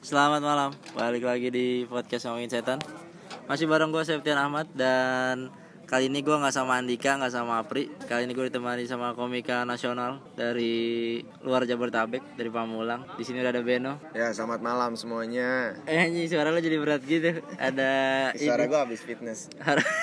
Selamat malam, balik lagi di podcast Ngomongin Setan. Masih bareng gue Septian Ahmad. Dan kali ini gue gak sama Andika, gak sama Apri. Kali ini gue ditemani sama komika nasional dari luar Jabodetabek, dari Pamulang. Di sini udah ada Beno. Ya, selamat malam semuanya. Ini suara lo jadi berat gitu. Ada suara gue habis fitness.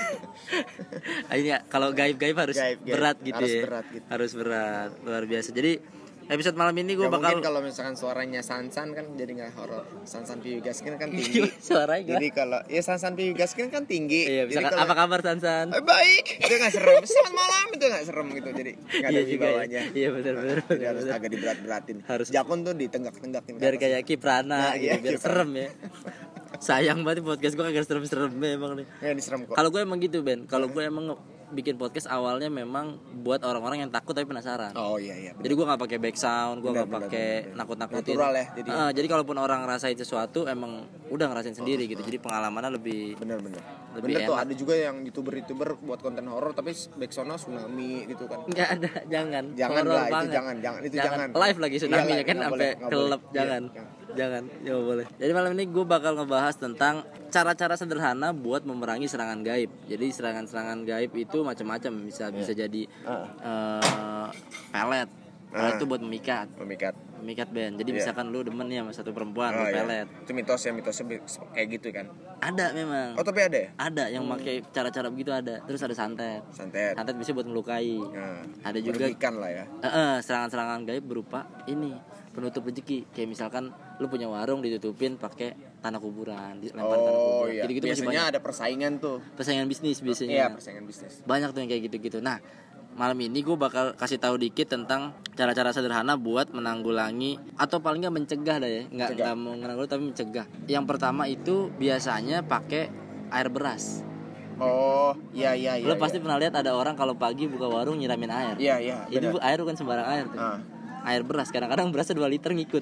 Ini kalau gaib harus gaib. berat gitu harus ya. Berat gitu. Harus berat, luar biasa. Jadi episode malam ini gue bakal mungkin kalau misalkan suaranya Sansan kan jadi nggak horor. Sansan Piyu Gaskin kan tinggi. Suaranya. Jadi kalau ya Sansan Piyu Gaskin kan tinggi. Iya, jadi apa kabar Sansan? Baik. Itu nggak serem. Selamat malam itu nggak serem gitu. Jadi nggak ada wibawanya. Iya benar. Jadi harus agak diberat-beratin. Harus Jakun tuh ditenggak-tenggakin. Biar kayak Kiprana gitu, biar Kiprana. serem ya. Sayang banget podcast gue kagak serem-serem emang nih. Ya diserem kok. Kalau gue emang gitu Ben, kalau gue emang bikin podcast awalnya memang buat orang-orang yang takut tapi penasaran. Oh iya. Jadi gue nggak pakai back sound, gue nggak pakai nakut-nakutin. Natural ya. Jadi kalaupun orang ngerasain sesuatu emang udah ngerasain sendiri gitu. Jadi pengalamannya lebih Bener lebih enak. tuh ada juga yang youtuber buat konten horor tapi backsoundnya tsunami gitu kan. Nggak ada, jangan Horror lah, itu banget. jangan. Live lagi tsunami ya kan sampai kelep, jangan. Ya boleh. Jadi malam ini gue bakal ngebahas tentang cara-cara sederhana buat memerangi serangan gaib. Jadi serangan-serangan gaib itu macam-macam, bisa jadi pelet. Pelet itu buat memikat Ben. Jadi misalkan lu demen nih sama satu perempuan, lu pelet. Itu mitosnya kayak gitu kan. Ada memang. Oh, tapi ada ya? Ada yang pakai cara-cara begitu ada. Terus ada santet. Santet bisa buat melukai. Ada juga merugikan lah ya. Serangan-serangan gaib berupa ini, penutup rezeki. Kayak misalkan lu punya warung ditutupin pakai tanah kuburan, dilempar tanah kuburan. Iya. Gitu-gitu biasanya ada persaingan tuh. Persaingan bisnis biasanya. Iya, persaingan bisnis. Banyak tuh yang kayak gitu-gitu. Nah, malam ini gue bakal kasih tahu dikit tentang cara-cara sederhana buat menanggulangi atau paling nggak mencegah dah ya. Nggak mau menanggulangi tapi mencegah. Yang pertama itu biasanya pakai air beras. Oh, iya. Lo pasti pernah lihat ada orang kalau pagi buka warung nyiramin air. Iya. Itu air bukan sembarang air tuh. Air beras, kadang-kadang berasnya 2 liter ngikut.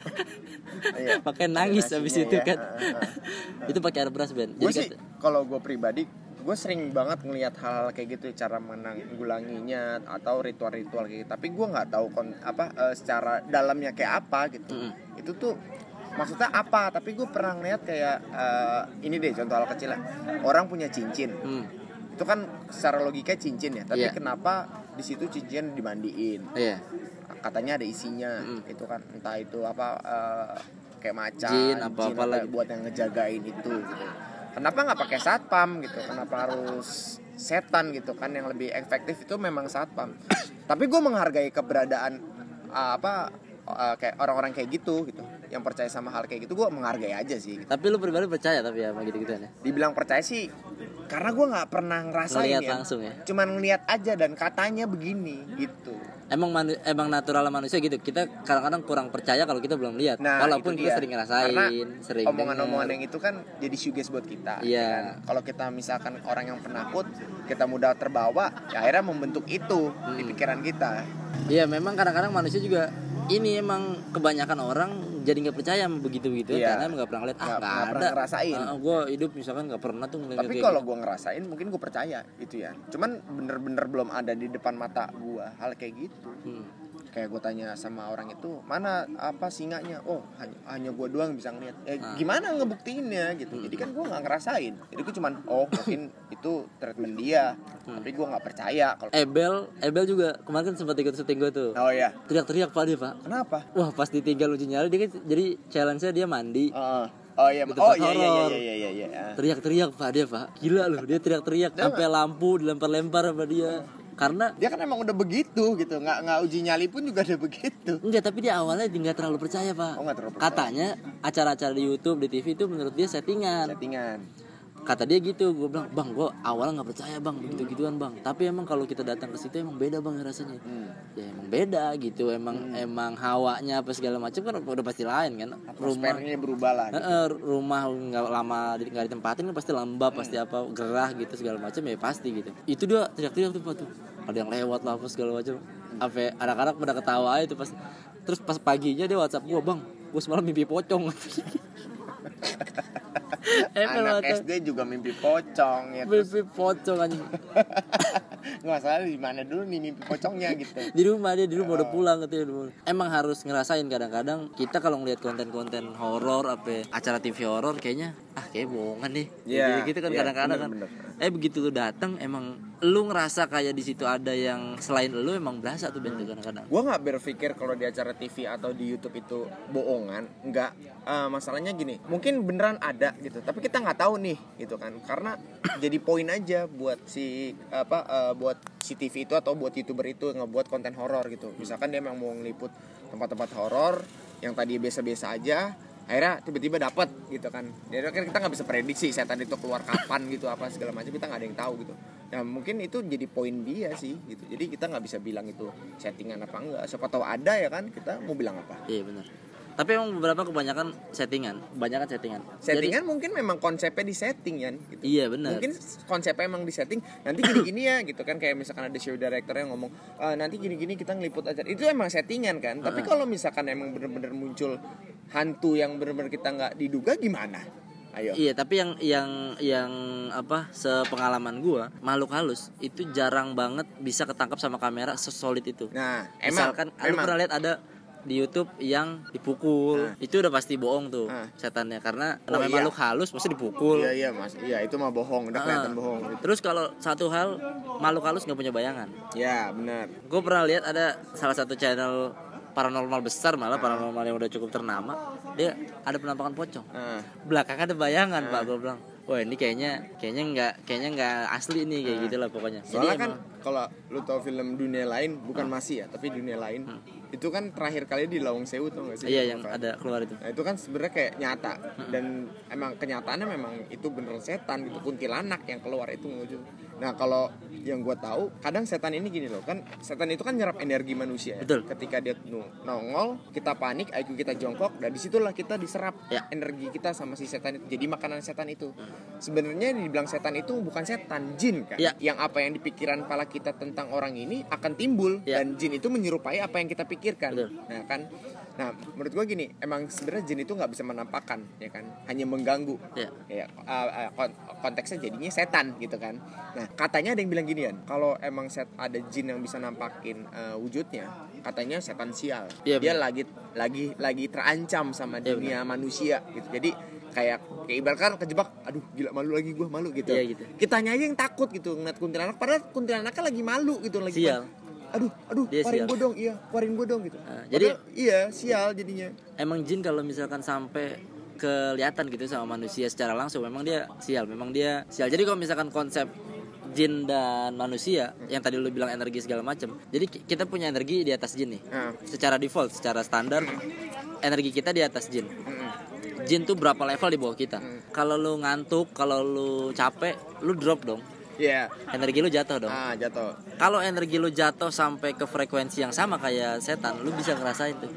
Pakai nangis habis itu kan. Itu pakai air beras Ben. Gue sih kalau gue pribadi, gue sering banget ngelihat hal kayak gitu, cara menanggulanginya atau ritual-ritual kayak gitu. Tapi gue nggak tahu secara dalamnya kayak apa gitu. Itu tuh maksudnya apa? Tapi gue pernah ngeliat kayak ini deh contoh hal kecil lah. Orang punya cincin. Itu kan secara logika cincin ya. Tapi kenapa di situ cincin dimandiin? Katanya ada isinya. Itu kan entah itu apa kayak macan, jin apa lagi buat yang ngejagain itu gitu. Kenapa nggak pakai satpam gitu? Kenapa harus setan gitu kan? Yang lebih efektif itu memang satpam. Tapi gue menghargai keberadaan kayak orang-orang kayak gitu, yang percaya sama hal kayak gitu, gue menghargai aja sih gitu. Tapi lu pribadi percaya tapi ya gitu-gitu ya? Dibilang percaya sih karena gue nggak pernah ngerasain ngeliat langsung ya. Cuman ngeliat aja dan katanya begini gitu. Emang natural manusia gitu. Kita kadang-kadang kurang percaya kalau kita belum lihat. Walaupun kita sering ngerasain, sering omongan-omongan yang itu kan jadi suges buat kita. Iya. Kan? Kalau kita misalkan orang yang penakut, kita mudah terbawa, ya akhirnya membentuk itu di pikiran kita. Iya, memang kadang-kadang manusia juga ini emang kebanyakan orang jadi nggak percaya begitu karena nggak pernah ngeliat nggak ada pernah ngerasain. Gue hidup misalkan nggak pernah tuh ngeliat. Tapi kalau gue ngerasain mungkin gue percaya itu ya. Cuman bener-bener belum ada di depan mata gue hal kayak gitu. Kayak gue tanya sama orang itu, mana singanya? Oh, hanya gue doang bisa ngeliat. Gimana ngebuktiinnya gitu. Jadi kan gue nggak ngerasain. Jadi gue cuman mungkin itu treatment dia. Tapi gue nggak percaya. Kalau Ebel juga kemarin kan sempat ikut syuting gue tuh. Oh iya. Teriak-teriak Pak dia Pak. Kenapa? Wah pas ditinggal uji nyali dia kan jadi challenge-nya dia mandi. Oh iya. Iya. Teriak-teriak Pak dia Pak. Gila loh dia teriak-teriak sampai lampu dilempar-lempar sama dia. Karena dia kan emang udah begitu gitu, nggak uji nyali pun juga udah begitu. Enggak, tapi dia awalnya nggak terlalu percaya Pak. Nggak terlalu percaya. Katanya acara-acara di YouTube, di TV itu menurut dia settingan. Kata dia gitu, gue bilang bang, gue awalnya nggak percaya bang, begitu-gituan bang. Tapi emang kalau kita datang ke situ emang beda bang rasanya. Ya emang beda gitu, emang hawanya apa segala macam kan udah pasti lain kan. Atmosfernya berubah lah. Gitu. Rumah nggak lama nggak ditempatin kan pasti lembab, pasti apa gerah gitu segala macam ya pasti gitu. Itu dia teriak-teriak tuh Pak tuh. Ada yang lewat lah apa segala macam. Sampai anak-anak pada ketawa itu pas. Terus pas paginya dia WhatsApp gue bang, gue semalam mimpi pocong. Anak SD juga mimpi pocong ya. Mimpi pocong anjing. Nggak salah di mana dulu nih mimpi pocongnya gitu. Di rumah udah pulang gitu. Emang harus ngerasain kadang-kadang kita kalau ngeliat konten-konten horor apa acara TV horor kayaknya kayak bohongan nih. Gitu kan kadang-kadang kan. Begitu lu datang emang lu ngerasa kayak di situ ada yang selain lu emang berasa tuh bentuk kadang-kadang. Gua nggak berpikir kalau di acara TV atau di YouTube itu bohongan, nggak. Masalahnya gini, mungkin beneran ada gitu, tapi kita nggak tahu nih gitu kan, karena jadi poin aja buat buat si TV itu atau buat YouTuber itu ngebuat konten horor gitu. Misalkan dia memang mau ngeliput tempat-tempat horor yang tadi biasa-biasa aja, akhirnya tiba-tiba dapat gitu kan. Jadi kan kita nggak bisa prediksi setan itu keluar kapan gitu apa segala macam, kita nggak ada yang tahu gitu. Nah mungkin itu jadi poin dia sih gitu. Jadi kita nggak bisa bilang itu settingan apa enggak. Siapa tahu ada ya kan, kita mau bilang apa? Iya benar. Tapi emang beberapa kebanyakan settingan. Jadi, mungkin memang konsepnya di setting kan gitu. Iya benar. Mungkin konsepnya emang di setting nanti gini-gini ya gitu kan, kayak misalkan ada show director yang ngomong nanti gini-gini kita ngeliput acara. Itu emang settingan kan. Tapi kalau misalkan emang bener-bener muncul hantu yang bener-bener kita nggak diduga gimana? Ayo. Iya, tapi yang sepengalaman gua, makhluk halus itu jarang banget bisa ketangkap sama kamera sesolid itu. Nah, misalkan lu pernah lihat ada di YouTube yang dipukul, itu udah pasti bohong tuh setannya, karena namanya makhluk halus pasti dipukul. Iya Mas, iya itu mah bohong, udah kelihatan bohong. Gitu. Terus kalau satu hal, makhluk halus nggak punya bayangan. Ya benar. Gue pernah lihat ada salah satu channel paranormal besar, malah paranormal yang udah cukup ternama, dia ada penampakan pocong. Belakang ada bayangan Pak, gue bilang, wah ini kayaknya nggak asli nih kayak gitulah pokoknya. Soalnya kan kalau lu tahu film Dunia Lain, bukan Masih ya, tapi Dunia Lain, itu kan terakhir kali di Lawang Sewu tuh nggak sih? Iya yang ada keluar itu. Nah itu kan sebenarnya kayak nyata dan emang kenyataannya memang itu bener setan gitu, kuntilanak yang keluar itu muncul. Nah kalau yang gue tahu kadang setan ini gini loh, kan setan itu kan nyerap energi manusia ya. Betul. Ketika dia nongol, kita panik, IQ kita jongkok, dan disitulah kita diserap energi kita sama si setan itu. Jadi makanan setan itu. Sebenarnya dibilang setan itu bukan setan, jin kan. Yang apa yang di pikiran kepala kita tentang orang ini akan timbul dan jin itu menyerupai apa yang kita pikirkan. Betul. Nah kan, menurut gue gini, emang sebenarnya jin itu nggak bisa menampakkan, ya kan, hanya mengganggu. Konteksnya jadinya setan gitu kan. Nah katanya ada yang bilang ginian, kalau emang ada jin yang bisa nampakin wujudnya, katanya setan sial. Dia lagi terancam sama dunia manusia gitu. Jadi kayak ibaratkan kejebak, aduh gila malu gitu. Gitu. Kitanya aja yang takut gitu ngeliat kuntilanak, padahal kuntilanaknya lagi malu gitu, lagi sial. Aduh, keluarin gue dong gitu. Jadi sial jadinya. Emang jin kalau misalkan sampai kelihatan gitu sama manusia secara langsung, memang dia sial. Jadi kalau misalkan konsep jin dan manusia yang tadi lu bilang energi segala macam, jadi kita punya energi di atas jin nih. Secara default, secara standar energi kita di atas jin. Jin tuh berapa level di bawah kita. Kalau lu ngantuk, kalau lu capek, lu drop dong. Energi lu jatuh dong. Jatuh. Kalau energi lu jatuh sampai ke frekuensi yang sama kayak setan, lu bisa ngerasain tuh.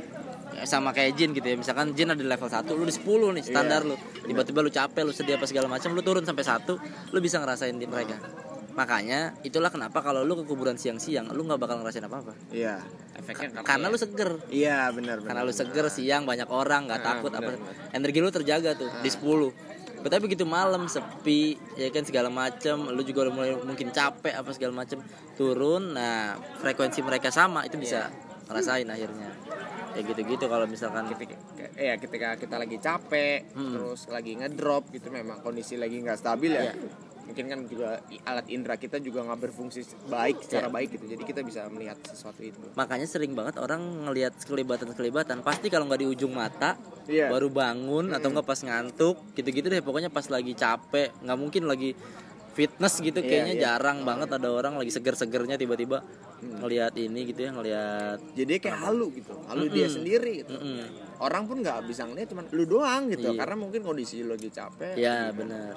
Sama kayak jin gitu ya. Misalkan jin ada di level 1, lu di 10 nih standar lu. Tiba-tiba lu capek, lu sedih apa segala macam, lu turun sampai 1, lu bisa ngerasain di mereka. Makanya itulah kenapa kalau lu ke kuburan siang-siang, lu nggak bakal ngerasain apa-apa. Iya. Efeknya karena lu seger. Iya benar. Karena lu seger siang, banyak orang, nggak takut apa. Energi lu terjaga tuh di 10. Tapi begitu malam sepi, ya kan segala macam, lu juga mulai mungkin capek apa segala macam, turun. Nah frekuensi mereka sama, itu bisa ngerasain akhirnya. Ya gitu-gitu kalau misalkan ketika kita lagi capek, terus lagi ngedrop gitu, memang kondisi lagi nggak stabil ya. Mungkin kan juga alat indera kita juga nggak berfungsi baik secara baik gitu, jadi kita bisa melihat sesuatu itu. Makanya sering banget orang ngelihat kelibatan pasti kalau nggak di ujung mata baru bangun atau nggak pas ngantuk gitu-gitu deh, pokoknya pas lagi capek, nggak mungkin lagi fitness gitu kayaknya jarang banget ada orang lagi seger-segernya tiba-tiba ngelihat ini gitu ya, ngelihat jadi kayak halu gitu, halu dia sendiri gitu. Orang pun nggak bisa ngeliat, cuman lu doang gitu, karena mungkin kondisi lu lagi capek. Iya benar.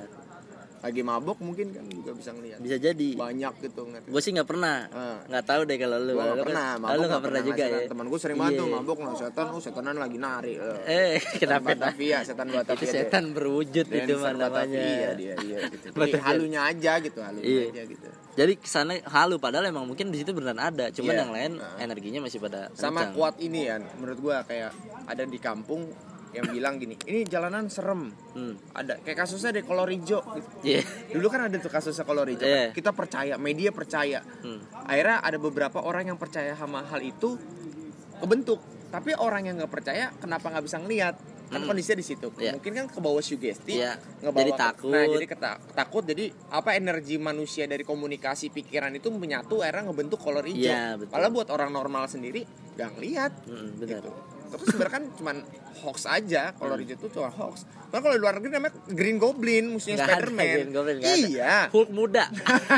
Lagi mabok mungkin kan juga bisa ngeliat. Bisa jadi. Banyak gitu. Gue sih nggak pernah. Nggak tahu deh kalau lu. Gue nggak pernah. Lu nggak pernah juga ya. Teman gue sering banget tuh mabok nah setan. Setanan lagi nari. Kenapa? Setan Batavia. Itu setan berwujud itu namanya. Iya gitu. Jadi halunya aja gitu, aja gitu. Jadi kesana halu, padahal emang mungkin di situ beneran ada. Cuman yang lain energinya masih pada sama kencang. Kuat ini ya. Menurut gue kayak ada di kampung yang bilang gini, ini jalanan serem. Ada kayak kasusnya di Kolor Ijo gitu. Dulu kan ada tuh kasusnya Kolor Ijo. Kita percaya, media percaya. Akhirnya ada beberapa orang yang percaya sama hal itu kebentuk. Tapi orang yang nggak percaya, kenapa nggak bisa ngelihat? Kan kondisinya di situ. Mungkin kan ke bawah sugesti, ngebawa jadi takut. Nah, jadi takut. Jadi apa energi manusia dari komunikasi pikiran itu menyatu, akhirnya ngebentuk Kolor Ijo. Malah buat orang normal sendiri nggak ngelihat. Gitu. Itu kan sebenarnya kan cuman hoax aja. Kolor Ijo itu cuma hoax. Karena kalau di luar negeri namanya Green Goblin, musuhnya Spider-Man. Iya. Hulk muda.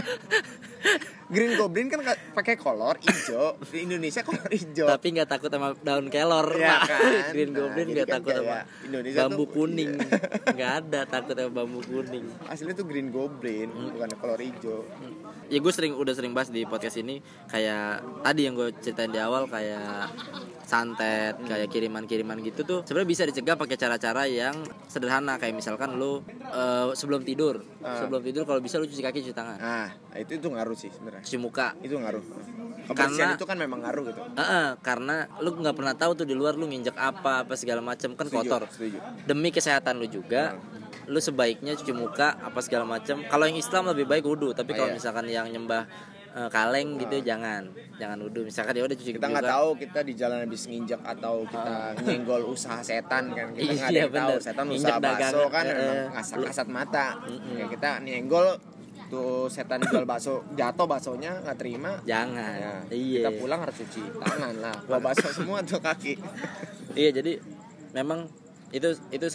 Green Goblin kan pakai kolor hijau, di Indonesia kolor hijau. Tapi nggak takut sama daun kelor, ya, kan? Green Goblin nggak takut sama Indonesia bambu tuh, kuning, nggak ada takut sama bambu kuning. Aslinya tuh Green Goblin, bukan kolor hijau. Ya gue udah sering bahas di podcast ini, kayak tadi yang gue ceritain di awal, kayak santet, kayak kiriman-kiriman gitu tuh sebenarnya bisa dicegah pakai cara-cara yang sederhana, kayak misalkan lu sebelum tidur kalau bisa lu cuci kaki, cuci tangan. Itu ngaruh sih sebenarnya. Cuci muka. Itu ngaruh. Kebersihan itu kan memang ngaruh gitu. Karena lu nggak pernah tahu tuh di luar lu nginjek apa segala macam kan. Kotor. Demi kesehatan lu juga. Lu sebaiknya cuci muka apa segala macam. Kalau yang Islam lebih baik wudu, tapi kalau misalkan yang nyembah kaleng gitu jangan wudu. Misalkan ya udah cuci. Kita nggak tahu kita di jalan habis nginjek atau kita nyenggol usaha setan kan, kita nggak ada yang tahu. Setan usaha bakso kan memang kasat mata. Ya kita nyenggol tuh setan jual bakso, jatuh baksonya nggak terima, jangan. Kita pulang harus cuci tangan lah, bawa bakso semua tuh kaki. Jadi memang itu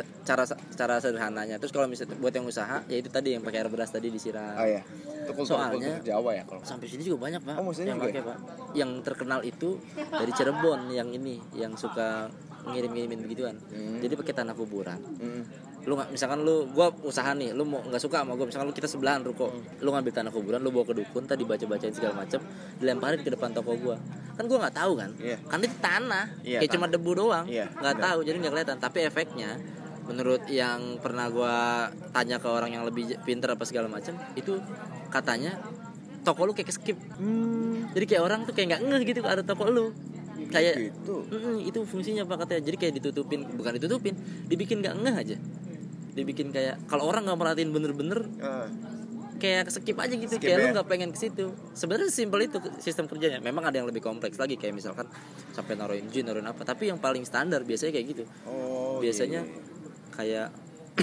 cara sederhananya. Terus kalau misalnya buat yang usaha, ya itu tadi yang pakai air beras tadi disiram. Itu soalnya Jawa ya kalau. Sampai sini juga banyak, Pak. Yang pakai, Pak. Yang terkenal itu dari Cirebon, yang suka ngirim-ngirimin begituan. Jadi pakai tanah kuburan. Lu nggak, misalkan gua usaha nih, lu mau nggak suka sama gua, misalkan kita sebelahan ruko, lu ngambil tanah kuburan, lu bawa ke dukun, tadi bacain segala macam, dilemparin ke depan toko gua, kan gua nggak tahu kan, kan itu tanah, kayak cuma debu doang, nggak tahu, jadi nggak kelihatan. Tapi efeknya, menurut yang pernah gua tanya ke orang yang lebih pinter apa segala macam, itu katanya toko lu kayak skip, jadi kayak orang tuh kayak nggak ngeh gitu ada toko lu. Kayak gitu. Itu fungsinya Pak katanya. Jadi kayak bukan ditutupin, dibikin nggak ngeh aja. Dibikin kayak kalau orang nggak merhatiin bener-bener, kayak skip aja gitu, kayak lu nggak pengen ke situ. Sebenarnya simpel itu sistem kerjanya. Memang ada yang lebih kompleks lagi, kayak misalkan sampai naruhin jin, naruhin apa. Tapi yang paling standar biasanya kayak gitu. Biasanya kayak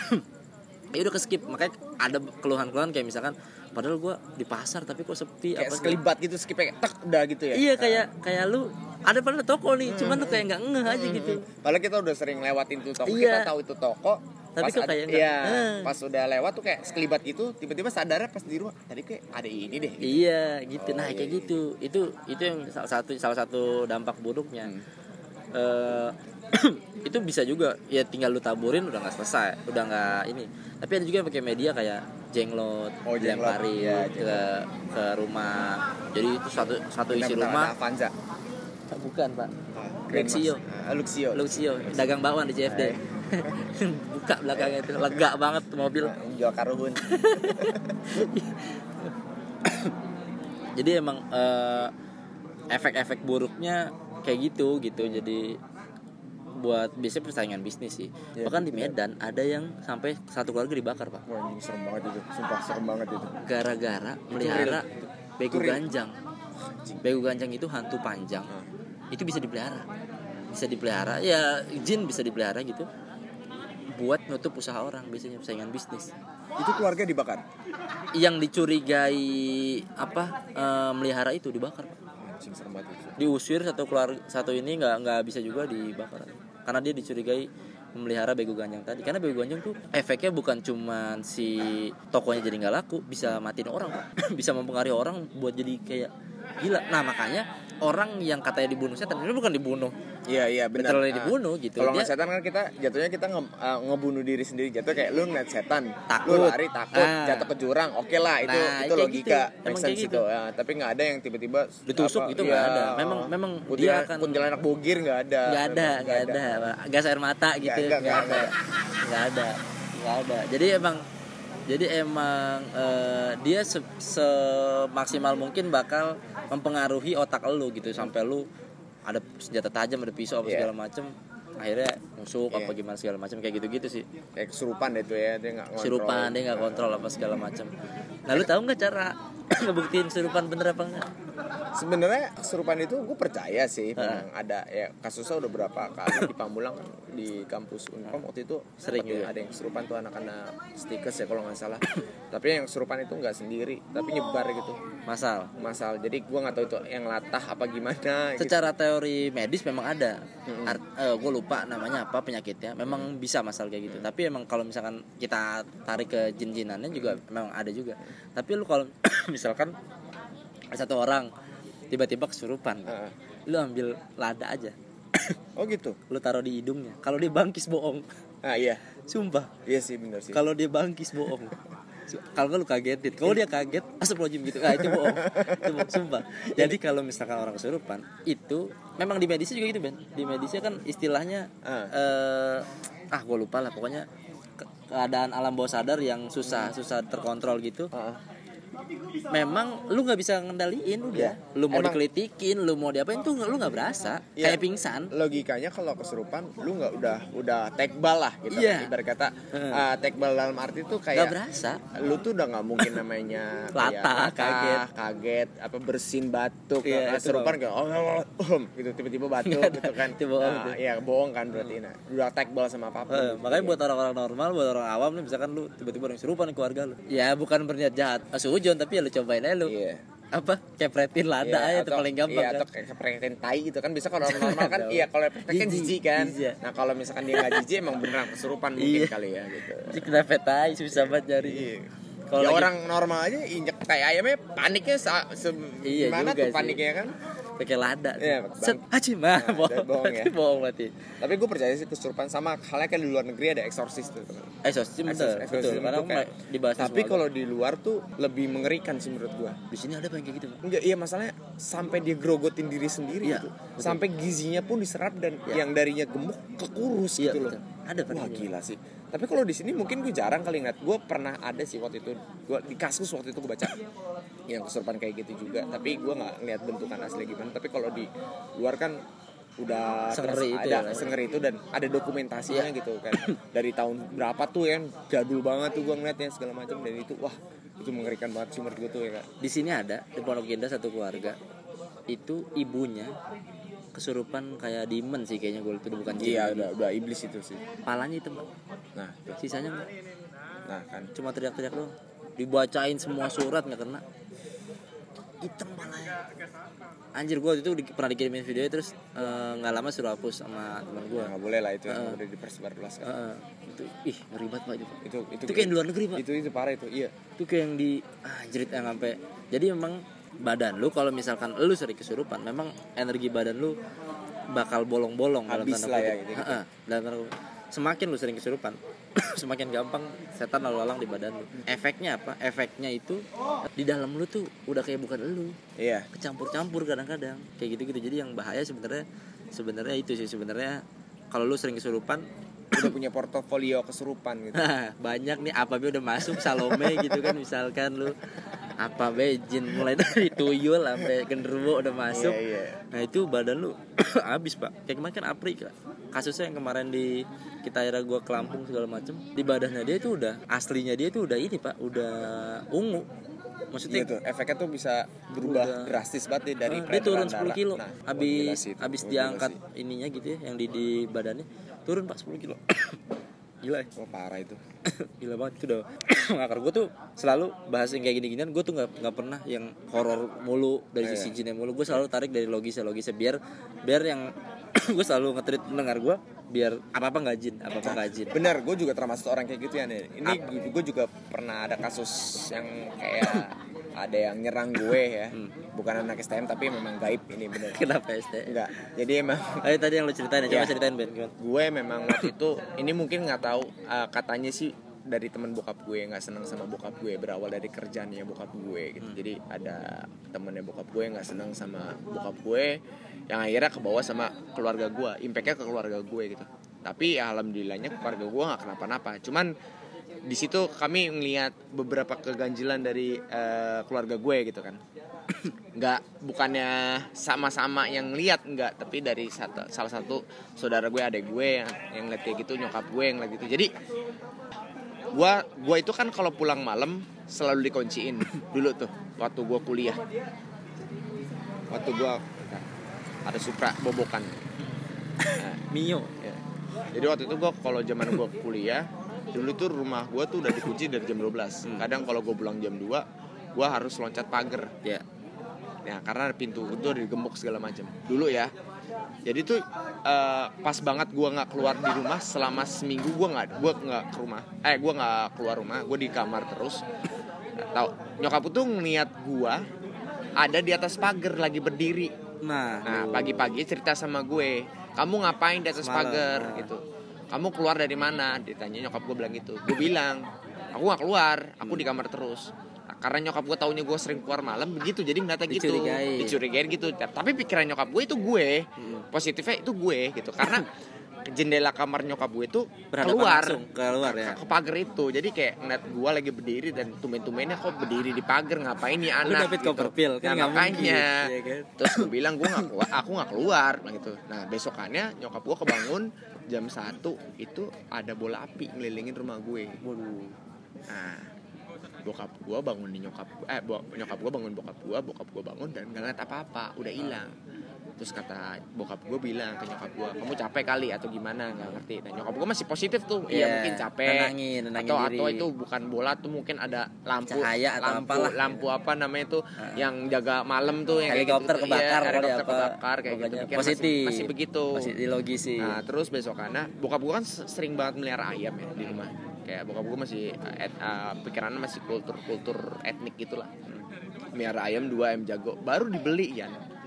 ya udah ke skip. Makanya ada keluhan-keluhan kayak misalkan, padahal gue di pasar tapi kok sepi, kayak sekelibat gitu, skipnya tek udah gitu ya. Iya, kayak lu ada pada toko nih, cuman lu kayak nggak ngeh aja gitu. Padahal kita udah sering lewatin tuh toko, kita tahu itu toko. Tapi kok kayak enggak. Pas udah lewat tuh kayak sekelibat gitu, tiba-tiba sadarnya pas di rumah, tadi kayak ada ini deh. Gitu. Iya, gitu. Kayak gitu. Itu yang salah satu dampak buruknya. Itu bisa juga ya, tinggal lu taburin udah nggak selesai, udah nggak ini. Tapi ada juga yang pakai media kayak jenglot, dilemparin ke rumah. Jadi itu satu isi rumah. Avanza. Bukan, Pak. Luxio, dagang bakwan di CFD. Buka belakangnya itu, lega banget mobil. Jual karuhun. Jadi emang efek-efek buruknya kayak gitu. Jadi buat biasanya persaingan bisnis sih. Bahkan di Medan ada yang sampai satu keluarga dibakar, Pak. Wah, ini serem banget itu. Sumpah serem banget itu. Gara-gara melihara begu ganjang. Begu ganjang itu hantu panjang. Itu bisa dipelihara. Ya jin bisa dipelihara gitu. Buat nutup usaha orang, biasanya persaingan bisnis. Itu keluarga dibakar. Yang dicurigai melihara itu dibakar, Pak. Serem banget itu. Diusir satu ini nggak bisa juga dibakar. Karena dia dicurigai memelihara begu ganjang tadi. Karena begu ganjang tuh efeknya bukan cuma si tokonya jadi nggak laku, bisa matiin orang, Pak. Bisa mempengaruhi orang buat jadi kayak gila. Nah makanya orang yang katanya dibunuh setan itu bukan dibunuh. Iya benar. Betul dibunuh gitu. Kalau nggak setan kan kita ngebunuh diri sendiri. Jatuh kayak lu ngeliat setan, takut. Lu lari takut, jatuh ke jurang. Oke lah, itu logika. Gitu. Emang kayak gitu. Gitu. Ya, tapi nggak ada yang tiba-tiba ditusuk itu nggak ada. Memang dia akan kuntilanak bogir nggak ada. Nggak ada. Gas air mata gitu. Nggak ada. Jadi emang dia semaksimal mungkin bakal mempengaruhi otak lu gitu, sampai lu ada senjata tajam, ada pisau apa segala macem, akhirnya nusuk apa gimana segala macam kayak gitu-gitu sih. Kayak kesurupan deh tuh ya, dia nggak kontrol. Kesurupan, dia nggak kontrol apa segala macam. Nah lu tahu nggak cara ngebuktiin kesurupan bener apa enggak? Sebenarnya kesurupan itu gue percaya sih, memang ada ya, kasusnya udah berapa kali di Pamulang kan, di kampus Unpam waktu itu sering juga ada yang kesurupan tuh anak-anak stikers ya kalau nggak salah. Tapi yang kesurupan itu nggak sendiri, tapi nyebar gitu. Masal. Jadi gue nggak tahu itu yang latah apa gimana. Secara teori medis memang ada. Gue lupa namanya apa penyakitnya. Memang bisa masal kayak gitu. Tapi emang kalau misalkan kita tarik ke jin-jinannya juga memang ada juga. Tapi lu kalau misalkan satu orang tiba-tiba kesurupan, lu ambil lada aja. Oh gitu. Lu taruh di hidungnya. Kalau dia bangkis bohong. Ah iya. Sumpah. Iya sih benar sih. Kalau dia bangkis bohong. Kalau lu kagetin, kalau dia kaget, astagfirullahaladzim gitu. Itu bohong. Itu bohong, sumpah. Jadi kalau misalkan orang kesurupan, itu memang di medisnya juga gitu, Ben. Di medisnya kan istilahnya gue lupa lah, pokoknya keadaan alam bawah sadar yang susah terkontrol gitu. Memang lu nggak bisa ngendaliin udah. Lu mau dikelitikin, lu mau diapain tuh lu nggak berasa, kayak pingsan. Logikanya kalau kesurupan lu nggak udah tekbal lah gitu. Ibarat kata tekbal dalam arti tuh kayak nggak berasa. Lu tuh udah nggak mungkin namanya latah, kaget apa bersin batuk. Kesurupan kayak gitu tiba-tiba batuk gitu kan. Iya bohong kan berarti. Nah, udah tekbal sama apapun. Makanya buat orang-orang normal, buat orang awam nih, misalkan lu tiba-tiba orang kesurupan di keluarga lu. Ya bukan berniat jahat, asujon, tapi ya lu cobain aja lu. Apa kepretin lada aja itu paling gampang kan. Atau kepretin tai gitu kan, bisa kalau orang normal kan kalau kepretin jijik kan. Nah kalau misalkan dia nggak jijik emang beneran kesurupan mungkin kali ya gitu. Jadi kenapa tai susah banget nyari. Kalau ya orang normal aja injek tai ayamnya paniknya gimana tuh paniknya kan. Pakai lada. Set haji mah bohong ya. Bohong berarti. Tapi gue percaya sih kesurupan sama halnya kan di luar negeri ada eksorsis tuh. Eksorsis betul. Karena dibahas. Tapi kalau di luar tuh lebih mengerikan sih menurut gue. Di sini ada yang kayak gitu. Enggak, iya masalahnya sampai dia grogotin diri sendiri gitu. Sampai gizinya pun diserap dan yang darinya gemuk kekurus gitu loh. Ada. Wah gila sih. Tapi kalau di sini mungkin gue jarang kali ngeliat. Gue pernah ada sih waktu itu. Gue di kasus waktu itu gue baca yang kesurupan kayak gitu juga. Tapi gue nggak ngeliat bentukan asli gimana. Tapi kalau di luar kan udah sengeri itu dan ada dokumentasinya gitu kan. Dari tahun berapa tuh yang jadul banget tuh gue ngeliatnya segala macam, dan itu wah itu mengerikan banget sih menurut gue tuh ya kan. Di sini ada di Pondok Indah satu keluarga itu ibunya kesurupan kayak demon sih kayaknya, gue itu bukan jin. Iya udah iblis itu sih. Palanya itu, Mbak. Nah, sisanya enggak. Nah kan cuma teriak-teriak doang. Dibacain semua surat enggak kena. Hitam palanya. Anjir, gue itu pernah dikirimin videonya terus nggak lama suruh hapus sama teman gue. Nggak boleh lah itu, udah dipersebar luas kan. Itu ngeri banget Pak itu kayak di luar negeri Pak. Itu parah itu, iya. Itu kayak yang di jerit yang sampai. Jadi memang badan lu kalau misalkan lu sering kesurupan, memang energi badan lu bakal bolong-bolong habis dalam tanda lah ya gitu. Dalam tanda semakin lu sering kesurupan, semakin gampang setan lalu lalang di badan lu. Efeknya apa? Efeknya itu di dalam lu tuh udah kayak bukan lu. Iya. Kecampur-campur kadang-kadang. Kayak gitu-gitu. Jadi yang bahaya sebenarnya itu sih sebenarnya kalau lu sering kesurupan udah punya portofolio kesurupan gitu. Banyak nih, apa be udah masuk Salome gitu kan, misalkan lu apa be jin mulai dari tuyul sampai genderuwo udah masuk. Nah itu badan lu habis Pak. Kayak kemarin kan Apri kasusnya yang kemarin di kita era gua ke Lampung segala macem, di badannya dia itu udah aslinya dia itu udah ini Pak, udah ungu. Maksudnya tuh efeknya tuh bisa berubah drastis banget dari dia turun 10 kilo. Nah, habis diangkat ininya gitu ya, yang di badannya turun Pak 10 kilo. Gila ya. Parah itu. Gila banget itu udah. Ngakar gue tuh selalu bahas yang kayak gini-ginian, gue tuh nggak pernah yang horor mulu dari sisi jinnya mulu. Gue selalu tarik dari logisa biar yang gue selalu nge-treat pendengar gue biar apa nggak jin. Bener, gue juga termasuk orang kayak gitu ya nih. Ini gue juga pernah ada kasus yang kayak ada yang nyerang gue ya. Bukan anak STM tapi memang gaib ini bener. Kenapa STM? Enggak. Jadi emang tadi yang lo ceritain ya, coba ceritain Ben. Gue memang waktu itu ini mungkin nggak tahu, katanya sih dari teman bokap gue, nggak senang sama bokap gue, berawal dari kerjaannya bokap gue gitu. Jadi ada temennya bokap gue nggak senang sama bokap gue, yang akhirnya kebawa sama keluarga gue, impactnya ke keluarga gue gitu. Tapi ya, alhamdulillahnya keluarga gue nggak kenapa-napa. Cuman di situ kami melihat beberapa keganjilan dari keluarga gue gitu kan. bukannya sama-sama yang lihat, enggak, tapi dari salah satu saudara gue, adek gue yang lihat kayak gitu, nyokap gue yang lihat gitu. Jadi gue itu kan kalau pulang malam selalu dikunciin dulu tuh waktu gue kuliah. Waktu gue ada Supra bobokan. Nah, Mio. ya. Jadi waktu itu gue kalau zaman gue kuliah dulu tuh rumah gue tuh udah dikunci dari jam 12. Kadang kalau gue pulang jam 2 gue harus loncat pagar. Ya. Ya karena pintu itu udah digembok segala macam dulu ya. Jadi tuh pas banget gue nggak keluar di rumah selama seminggu. Gue nggak ke rumah. Gue nggak keluar rumah. Gue di kamar terus. Tahu nyokap tuh ngeliat gue ada di atas pagar lagi berdiri. Nah pagi-pagi cerita sama gue, kamu ngapain di atas pagar gitu? Kamu keluar dari mana? Ditanya nyokap gue bilang gitu. Gue bilang, aku gak keluar, aku di kamar terus. Nah, karena nyokap gue taunya gue sering keluar malam begitu, jadi ngeliatnya gitu, dicurigain gitu. Tapi pikiran nyokap gue itu gue, positifnya itu gue gitu. Karena jendela kamar nyokap gue itu keluar ya, ke pagar itu. Jadi kayak ngeliat gue lagi berdiri dan tumben-tumbennya kok berdiri di pagar, ngapain nih anak David Copperfield gitu. Kan makanya ya kan? Terus gue bilang aku gak keluar gitu. Nah besokannya nyokap gue kebangun jam 1 itu ada bola api ngelilingin rumah gue. Nah bokap gue bangun di nyokap gue bangun bokap gue bangun dan gak ngeliat apa-apa, udah hilang. Terus kata bokap gue bilang ke nyokap gue, kamu capek kali atau gimana, nggak ngerti. Nah nyokap gue masih positif tuh, iya mungkin capek, tenangin atau itu bukan bola tuh, mungkin ada lampu apa namanya tuh yang jaga malam tuh, yang helikopter gitu, kebakar, kebakar kayak gitu. Positif, masih begitu. Masih logis sih. Nah terus besokannya bokap gue kan sering banget melihara ayam ya di rumah. Kayak bokap gue masih pikirannya masih kultur etnik gitulah. Melihara ayam 2 ayam jago, baru dibeli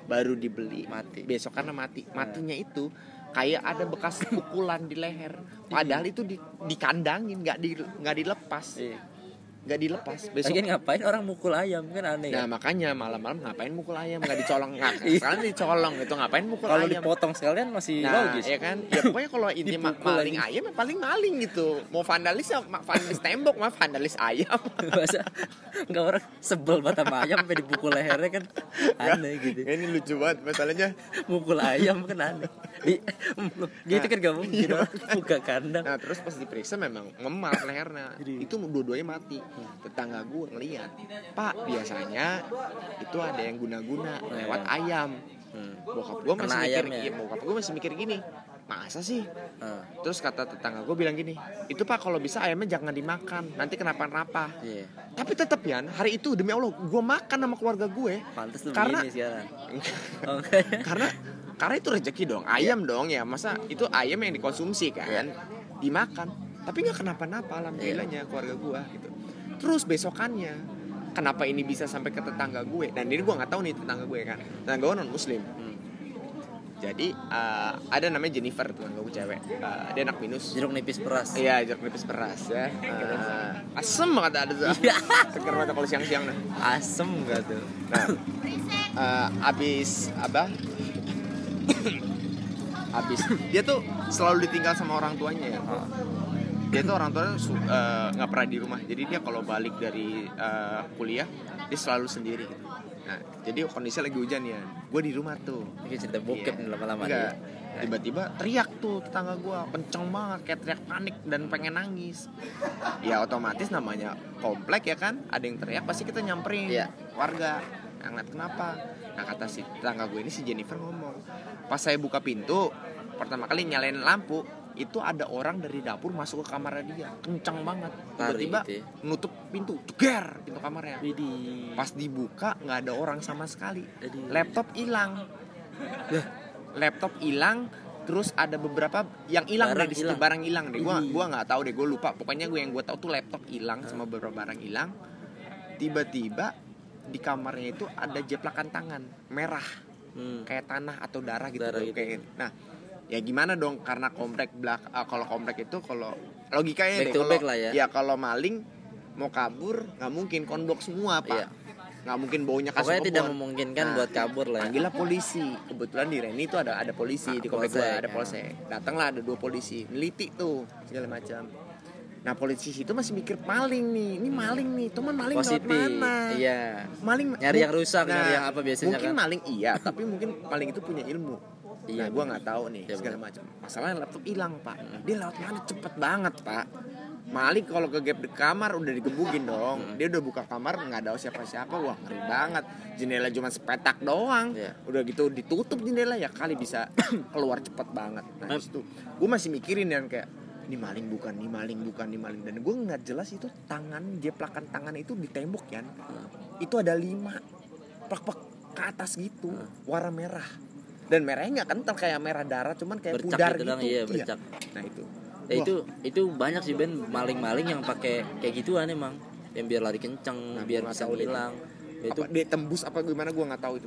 mati. Besokannya matinya itu kayak ada bekas pukulan di leher, padahal itu dikandangin, nggak dilepas. Gak dilepas. Besok ngapain orang mukul ayam, kan aneh. Nah makanya malam-malam ngapain mukul ayam, nggak dicolong, sekalian dicolong itu, ngapain mukul ayam. Kalau dipotong sekalian masih logis ya kan. Ya pokoknya kalau ini maling ayam ya paling maling gitu. Mau vandalis ya vandalis tembok, mah vandalis ayam. Masa nggak, orang sebel banget sama ayam sampai dipukul lehernya kan aneh gitu. Ini lucu banget masalahnya. Mukul ayam kan aneh. Gitu kan gak mungkin buka kandang. Nah terus pas diperiksa memang memar lehernya. Itu dua-duanya mati. Tetangga gue ngeliat, Pak biasanya itu ada yang guna-guna lewat ayam. Bokap gue masih mikir gini, masa sih? Terus kata tetangga gue bilang gini, itu Pak kalau bisa ayamnya jangan dimakan, nanti kenapa-napa. Tapi tetap ya hari itu demi Allah gue makan sama keluarga gue. Pantes tuh karena sekarang. karena itu rezeki dong, ayam dong ya, masa itu ayam yang dikonsumsi kan, dimakan, tapi nggak kenapa-napa alhamdulillahnya keluarga gue gitu. Terus besokannya kenapa ini bisa sampai ke tetangga gue, dan ini gue nggak tahu nih tetangga gue kan, tetangga gue non muslim. Jadi ada namanya Jennifer, tetangga gue cewek, dia anak minus, jeruk nipis peras. Iya jeruk nipis peras ya. Asem banget ada tuh. Seger banget kalau siang-siang nah. Asem gak tuh. Abis dia tuh selalu ditinggal sama orang tuanya ya. Dia tuh orang tuanya nggak pernah di rumah, jadi dia kalau balik dari kuliah dia selalu sendiri gitu. Nah jadi kondisinya lagi hujan ya, gue di rumah tuh. Ini cerita bokep nih lama-lama dia. Tiba-tiba teriak tuh tetangga gue, kenceng banget, kayak teriak panik dan pengen nangis. Ya otomatis namanya komplek ya kan, ada yang teriak pasti kita nyamperin warga. Ngeliat kenapa? Nah kata si tetangga gue ini, si Jennifer ngomong, pas saya buka pintu pertama kali nyalain lampu, itu ada orang dari dapur masuk ke kamarnya dia, kencang banget, tiba-tiba nutup pintu, ceger pintu kamarnya. Pas dibuka nggak ada orang sama sekali. Laptop hilang, terus ada beberapa yang hilang deh di situ, barang hilang deh. Gua nggak tahu deh, gue lupa. Pokoknya yang gue tahu tuh laptop hilang sama beberapa barang hilang. Tiba-tiba di kamarnya itu ada jeplakan tangan merah, kayak tanah atau darah gitu. Kayak nah. Ya gimana dong, karena komplek kalau komplek itu kalau logikanya kalau maling mau kabur nggak mungkin konblok semua Pak, nggak mungkin baunya kasih pokoknya tidak memungkinkan buat kabur lah. Panggillah polisi. Kebetulan di Reni itu ada polisi di komplek gue, ada polsek. Datanglah ada 2 polisi, neliti tuh segala macam. Nah polisi itu masih mikir maling nih, ini maling nih, teman maling lewat positif. mana? Iya. Maling Nyari yang rusak, nyari yang apa biasanya mungkin kan. maling iya, tapi mungkin maling itu punya ilmu. Iya, Nah gue nggak tahu nih iya, segala macam. Masalahnya laptop hilang pak, dia lewat mana cepet banget pak. Maling kalau ke gap di kamar udah digebukin dong. Dia udah buka kamar nggak ada siapa-siapa, wah ngeri banget. Jendela cuma sepetak doang, Iya. udah gitu ditutup jendela ya kali bisa keluar cepet banget. Nah itu gue masih mikirin dan kayak ini maling bukan, nih maling bukan, nih maling. Dan gue nggak jelas itu tangan, jeplakan tangan itu di tembok kan. Itu ada 5 plak-plak ke atas gitu, warna merah. Dan merahnya nggak kental kayak merah darah, cuman kayak Bercak pudar gitu gitu. dong, iya, bercak. Nah itu. Ya, itu banyak sih Ben maling-maling yang pakai kayak gituan emang, yang biar lari kenceng, Nah, biar gua nggak bisa tahu deh. ngilang. Ya, itu Apa dia tembus apa gimana gue nggak tahu itu.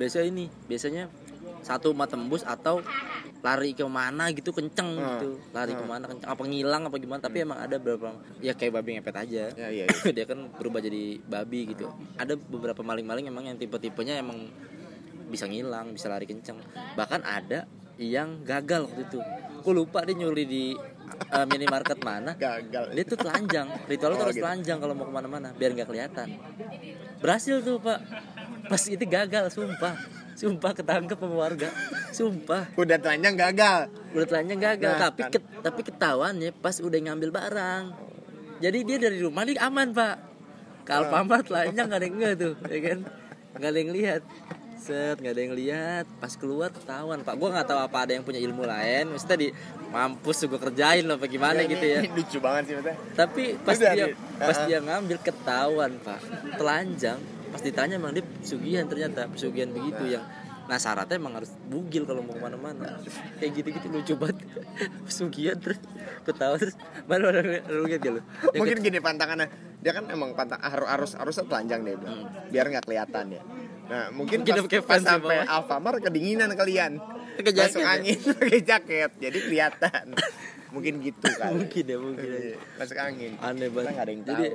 biasanya satu mah tembus atau lari ke mana gitu kenceng gitu, lari kemana kenceng, apa ngilang apa gimana. Tapi emang ada beberapa ya kayak babi ngepet aja. Ya, iya. Dia kan berubah jadi babi gitu. Ada beberapa maling-maling emang yang tipe-tipenya emang bisa ngilang, bisa lari kenceng. Bahkan ada yang gagal waktu itu. Aku lupa dia nyuri di minimarket mana. Gagal. Dia tuh telanjang. Ritualnya tuh harus gitu. telanjang kalau mau kemana-mana biar nggak kelihatan. Berhasil tuh pak. Pas itu gagal, sumpah ketangkep sama warga. Sumpah. Udah telanjang gagal. Udah telanjang gagal. Nah, Tapi ketahuannya pas udah ngambil barang. Jadi dia dari rumah dia aman pak. Ke Alfamart telanjang nggak ada yang nggak tuh, ya kan? Nggak ada yang lihat. Nggak ada yang lihat. Pas keluar ketahuan pak. Gue nggak tahu apa ada yang punya ilmu lain. Maksudnya di mampus gue kerjain loh, apa gimana gitu ya. Ini lucu banget sih maksudnya. Tapi pas dia ngambil ketahuan pak, telanjang. Pas ditanya emang dia pesugihan, ternyata pesugihan begitu yang nah syaratnya emang harus bugil kalau mau kemana-mana. Kayak gitu-gitu lucu banget. Pesugihan terus ketahuan terus mana lu lihat ya lu. Mungkin gini pantangannya, dia kan emang harusnya telanjang deh bilang, biar nggak kelihatan ya. Nah mungkin pas sampai Alfamart kedinginan kalian, masuk angin pakai jaket, jadi kelihatan. Mungkin gitu kan. Mungkin ya. Masuk angin. Aneh banget. Kita nggak ada yang tahu. Jadi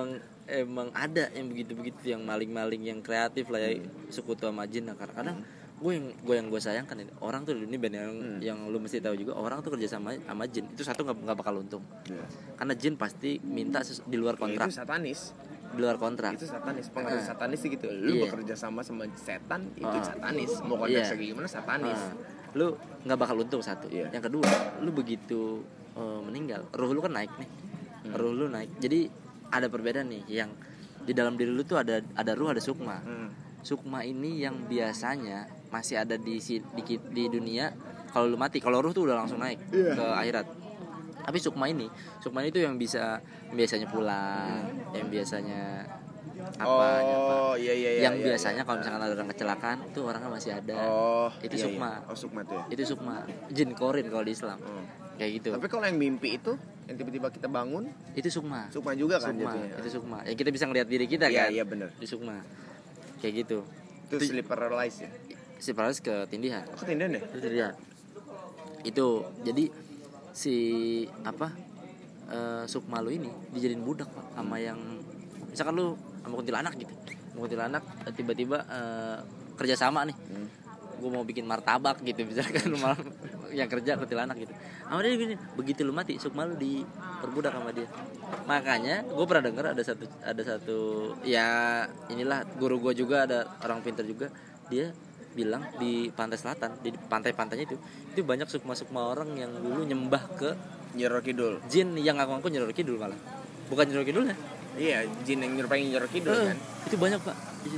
emang ada yang begitu-begitu, yang maling-maling yang kreatif lah ya, sekutu sama jin. Nah, kadang gue sayangkan ini orang tuh ini Ben yang lu mesti tahu juga, orang tuh kerja sama jin itu satu nggak bakal untung. Karena jin pasti minta di luar kontrak. Itu satanis. Di luar kontrak. Itu satanis, pengaruh satanis gitu. Lu bekerja sama setan itu satanis. Mau kontrak segi gimana satanis. Lu nggak bakal untung satu. Yang kedua, lu begitu meninggal, ruh lu kan naik nih. Ruh lu naik. Jadi ada perbedaan nih, yang di dalam diri lu tuh ada ruh, ada sukma. Sukma ini yang biasanya masih ada di dunia kalau lu mati. Kalau ruh tuh udah langsung naik ke akhirat. Tapi sukma ini tuh yang biasanya pulang, yang biasanya yang biasanya kalau misalkan ada orang kecelakaan tuh orangnya masih ada. Itu sukma. Sukma tuh ya. Itu sukma. Jin korin kalau di Islam. Kayak gitu. Tapi kalau yang mimpi itu, yang tiba-tiba kita bangun, itu sukma. Sukma juga kan sukma. jatuhnya. Itu sukma. Yang kita bisa ngelihat diri kita kan. Iya benar. Itu sukma. Kayak gitu. Itu sleep paralysis ya. Sleep paralysis ketindihan. Ketindihan ya? Ketindihan. Itu jadi si sukma lu ini dijadiin budak Pak sama yang misalkan lu sama kuntilanak gitu. Kuntilanak tiba-tiba kerja sama nih. Gue mau bikin martabak gitu misalkan yang kerja kuntilanak gitu. Sama dia gini, begitu lu mati sukma lu diperbudak sama dia. Makanya gue pernah dengar ada satu ya inilah guru gue juga, ada orang pintar juga, dia bilang di pantai selatan, di pantai-pantainya itu banyak sukma-sukma orang yang dulu nyembah ke Nyi Roro Kidul. Jin yang ngaku-ngaku Nyi Roro Kidul malah. Bukan Nyi Roro Kidul ya? Iya, jin yang nyerupain Nyi Roro Kidul kan. Itu banyak, Pak.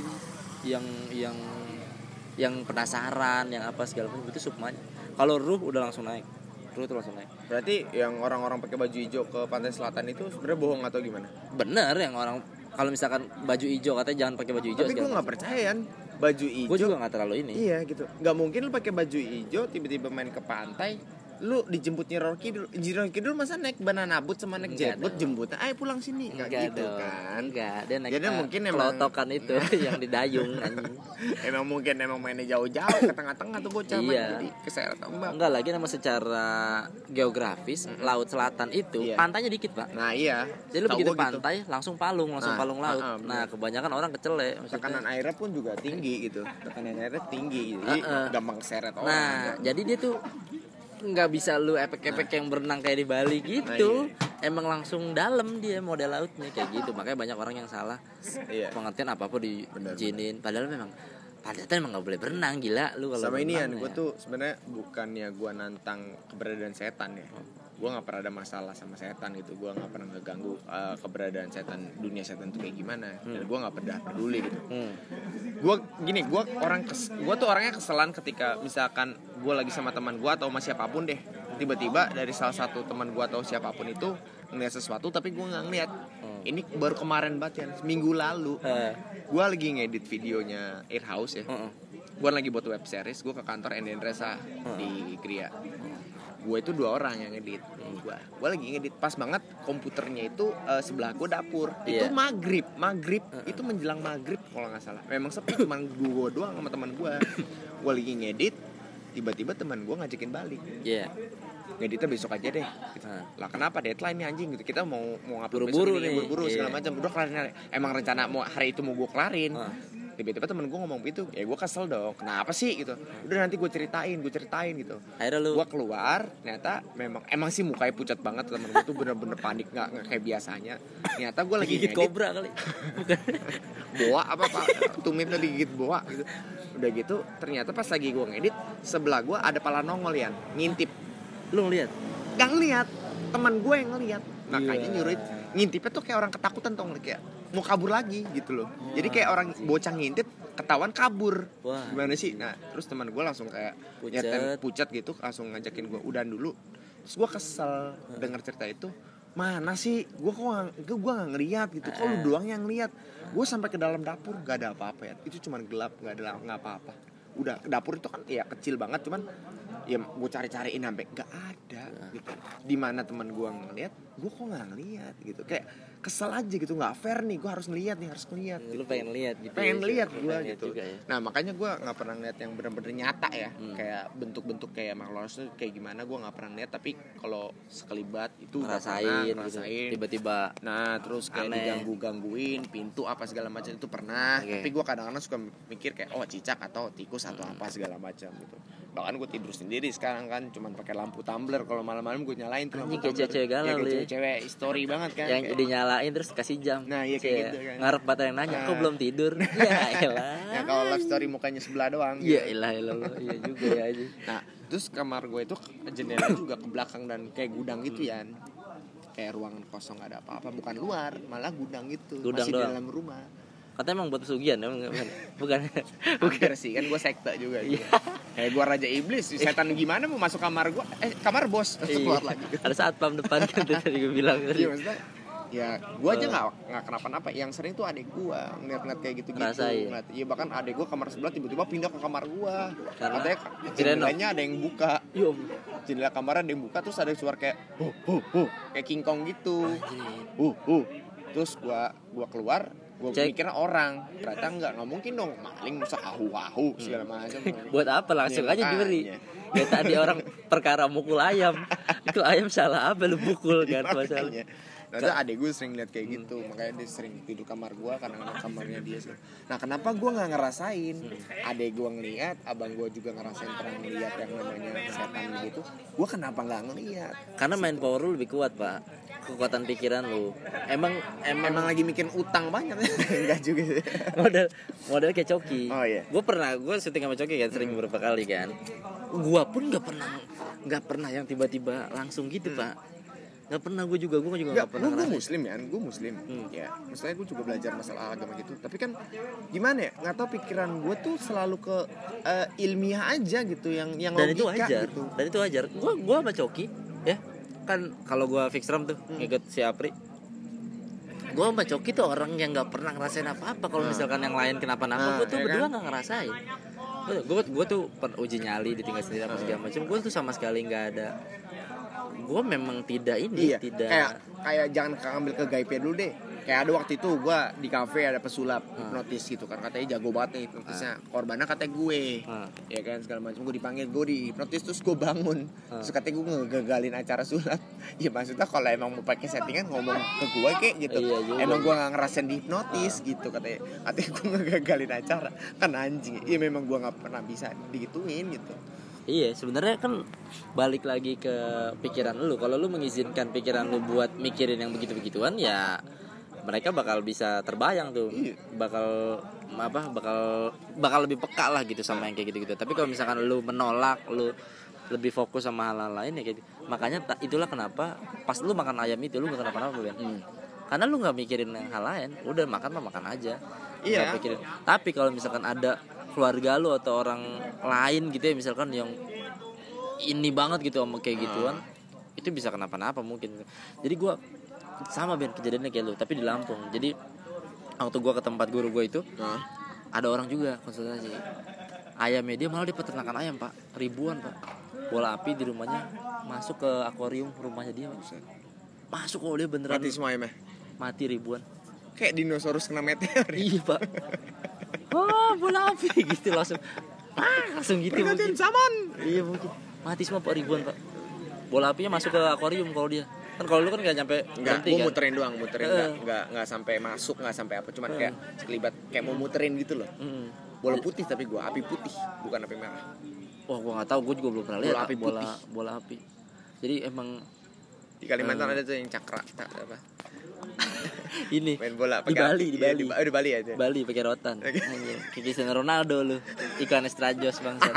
Yang penasaran, yang apa segala macam itu sukmanya. Kalau ruh udah langsung naik. Ruh itu langsung naik. Berarti yang orang-orang pakai baju hijau ke pantai selatan itu sebenarnya bohong atau gimana? Bener, yang orang kalau misalkan baju hijau katanya jangan pakai baju hijau. Tapi gue nggak percaya kan baju hijau. Gue juga nggak terlalu ini. Iya gitu. Nggak mungkin lu pakai baju hijau tiba-tiba main ke pantai, lu dijemput Nyi Roro Kidul. Nyi Roro Kidul masa naik banana boat sama naik jetboat jemput, ayo pulang sini. Nggak gitu dong. Kan? Enggak, dia naik. Jadi mungkin pelotokan itu yang di dayung anjing. emang mainnya jauh-jauh ke tengah-tengah tuh bocah main jadi keseret ombak. Enggak lagi nama secara geografis laut selatan itu pantainya dikit Pak. Nah iya. Jadi lu begitu pantai gitu. langsung palung laut. Nah kebanyakan orang kecele. Tekanan airnya pun juga tinggi gitu. Tekanan airnya tinggi, jadi gampang keseret orang. Nah jadi dia tuh nggak bisa lu epek-epek yang berenang kayak di Bali gitu. emang langsung dalam dia model lautnya kayak gitu. Makanya banyak orang yang salah pengertian apa-apa diizinin. Padahal memang nggak boleh berenang, gila lu kalau sama ini ya. Gue tuh sebenarnya bukannya gue nantang keberadaan setan ya. Gue nggak pernah ada masalah sama setan gitu. Gue nggak pernah ngeganggu keberadaan setan, dunia setan tuh kayak gimana. Dan gue nggak pernah peduli gitu. Gue tuh orangnya keselan ketika misalkan gue lagi sama teman gue atau sama siapapun deh, tiba-tiba dari salah satu teman gue atau siapapun itu ngeliat sesuatu tapi gue nggak ngeliat. Ini baru kemarin banget ya, minggu lalu gue lagi ngedit videonya Airhouse ya. Gue lagi buat web series, gue ke kantor Endendresa di Gria. Gue itu 2 orang yang ngedit. Gue lagi ngedit, pas banget komputernya itu sebelah gue dapur. Itu maghrib itu menjelang maghrib kalau nggak salah. Memang sepi, cuma gue doang sama teman gue. Gue lagi ngedit, tiba-tiba teman gue ngajakin balik. Ngeditnya besok aja deh gitu. Lah kenapa, deadline nih anjing gitu, kita mau ngupload buru-buru segala macam, udah kelarin. Emang rencana mau hari itu mau gue kelarin. Tiba-tiba temen gue ngomong gitu, ya gue kesel dong, kenapa sih gitu. Udah nanti gue ceritain gitu. Gue keluar, ternyata emang sih mukanya pucat banget, temen gue tuh bener-bener panik, nggak kayak biasanya. Ternyata gue lagi gigit kobra kali, boa apa tumitnya digigit boa gitu. Udah gitu, ternyata pas lagi gue ngedit, sebelah gue ada pala nongol ya, ngintip. Lu ngeliat? Gak ngeliat, teman gue yang ngeliat. Makanya nyuruh ngintipnya tuh kayak orang ketakutan tau, kayak mau kabur lagi gitu loh. Jadi kayak orang bocah ngintip ketahuan kabur. Gimana sih? Nah terus teman gue langsung kayak pucat gitu, langsung ngajakin gue udahan dulu. Terus gue kesel denger cerita itu. Mana sih? Gue nggak ngeliat gitu. Kok lu doang yang ngeliat? Gue sampai ke dalam dapur gak ada apa-apa ya. Itu cuman gelap, nggak apa-apa. Udah, dapur itu kan ya kecil banget, cuman ya gue cari-cariin sampai nggak ada gitu. Di mana teman gue ngeliat, gue kok nggak ngeliat gitu. Kayak kesel aja gitu, nggak fair nih, gue harus ngeliat. Gitu. Lu pengen lihat gitu. Pengen lihat gue gitu. Ya. Nah makanya gue nggak pernah ngeliat yang benar-benar nyata ya. Kayak bentuk-bentuk kayak makhluk itu kayak gimana, gue nggak pernah ngeliat. Tapi kalau sekelibat itu ngerasain gitu. Tiba-tiba. Nah terus kayak digangguin pintu apa segala macam itu pernah. Tapi gue kadang-kadang suka mikir kayak cicak atau tikus atau apa segala macam gitu. Bahkan gue tidur sendiri sekarang kan, cuman pakai lampu tumbler. Kalau malam-malam gue nyalain tuh lampu tumbler. Cewek galau ya, cewek story banget kan. Yang kayak dinyalain terus kasih jam. Nah iya kayak gitu kan. Ngarep bata yang nanya, kok belum tidur? Ya elah. Ya kalau love story mukanya sebelah doang. Iya elah. Iya juga ya aja. Nah terus kamar gue itu jendela juga ke belakang dan kayak gudang gitu ya. Kayak ruangan kosong, gak ada apa-apa. Bukan luar, malah gudang gitu. Gudang masih doang. Di dalam rumah. Katanya emang buat pesugihan, bukan sih, kan gue sekte juga gitu. Kayak gue raja iblis, setan gimana mau masuk kamar gue? Kamar bos, terus keluar lagi. Ada satpam depan kan tadi gue bilang. Iya maksudnya, ya gue aja nggak kenapa-napa. Yang sering tuh adek gue ngeliat kayak gitu-gitu. Iya bahkan adek gue kamar sebelah tiba-tiba pindah ke kamar gue. Katanya jendelanya ada yang buka. Jendela kamarnya ada yang buka, terus ada suara kayak kayak King Kong gitu. Terus gue keluar. Gue mikirnya orang, ternyata nggak mungkin dong, maling masa hahu segala macam. Buat apa, langsung aja diberi. Ya tadi orang perkara mukul ayam, itu ayam salah apa lu pukul kan masalahnya. Nanti adek gue sering lihat kayak gitu, makanya dia sering tidur kamar gue, kadang-kadang kamarnya dia sih. Nah kenapa gue nggak ngerasain? Adek gue ngeliat, abang gue juga ngerasain pernah ngeliat yang namanya setan gitu. Gue kenapa nggak ngeliat? Karena main power lu lebih kuat pak, kekuatan pikiran lu. Emang lagi mikirin utang banyak. Enggak juga. model kayak Coki. Oh iya. Gue syuting sama Coki kan sering beberapa kali kan. Gue pun nggak pernah yang tiba-tiba langsung gitu pak. Nggak pernah, gue juga nggak pernah. Gue muslim ya, ya maksudnya gue juga belajar masalah agama gitu, tapi kan gimana ya, nggak tahu pikiran gue tuh selalu ke ilmiah aja gitu, yang dan logika itu wajar. Gue sama Coki ya kan, kalau gue fix ram tuh ngikut si Apri, gue sama Coki tuh orang yang nggak pernah ngerasain apa-apa. Kalau misalkan yang lain kenapa-napa, gue tuh berdua nggak ngerasain. Gue tuh uji nyali ditinggal sendiri apa segala macam, gue tuh sama sekali nggak ada. Gue memang tidak tidak kayak jangan ambil ke gaibnya dulu deh. Kayak ada waktu itu gue di kafe ada pesulap hipnotis gitu kan, katanya jago banget nih hipnotisnya. Korbannya katanya gue, ya kan segala macam. Gue dipanggil, gue di hipnotis, terus gue bangun. Terus katanya gue ngegagalin acara sulap. Ya maksudnya kalau emang mau pakai settingan ngomong ke gue kayak gitu. Emang gue nggak ngerasain di hipnotis gitu katanya gue ngegagalin acara kan anjing. Iya memang gue nggak pernah bisa digituin gitu. Iya, sebenarnya kan balik lagi ke pikiran lu. Kalau lu mengizinkan pikiran lu buat mikirin yang begitu-begituan, ya mereka bakal bisa terbayang tuh. Bakal lebih peka lah gitu sama yang kayak gitu-gitu. Tapi kalau misalkan lu menolak, lu lebih fokus sama hal-hal lain ya kayak gitu. Makanya itulah kenapa pas lu makan ayam itu lu gak kenapa-napa, Ben. Karena lu gak mikirin yang hal lain. Udah makan mah makan aja. Iya. Gak pikirin. Tapi kalau misalkan ada keluarga lu atau orang lain gitu ya, misalkan yang ini banget gitu sama kayak gituan, itu bisa kenapa-napa mungkin. Jadi gue sama Ben kejadiannya kayak lu, tapi di Lampung. Jadi waktu gue ke tempat guru gue itu, ada orang juga konsultasi. Ayamnya dia malah di peternakan ayam, Pak, ribuan, Pak. Bola api di rumahnya masuk ke akuarium rumahnya dia. Masuk kok, dia beneran mati semua ayamnya. Mati ribuan. Kayak dinosaurus kena meteor. Iya, Pak. Bola api gitu langsung gitu mungkin. Zaman. Iya mungkin mati semua Pak, ribuan Pak. Bola apinya masuk ke akuarium kalau dia. Kan kalau lu kan nggak nyampe berhenti kan. Muterin doang, nggak sampai masuk, nggak sampai apa, cuman kayak sekelibat kayak mau muterin gitu loh. Bola putih tapi gua api putih, bukan api merah. Wah, gua nggak tahu, gua juga belum pernah lihat bola api. Jadi emang di Kalimantan ada tuh yang cakra apa? Ini main bola di Bali, di Bali aja. Bali pakai rotan. Anjir, kayak Cristiano Ronaldo lu. Iklan Estrajos bangsat.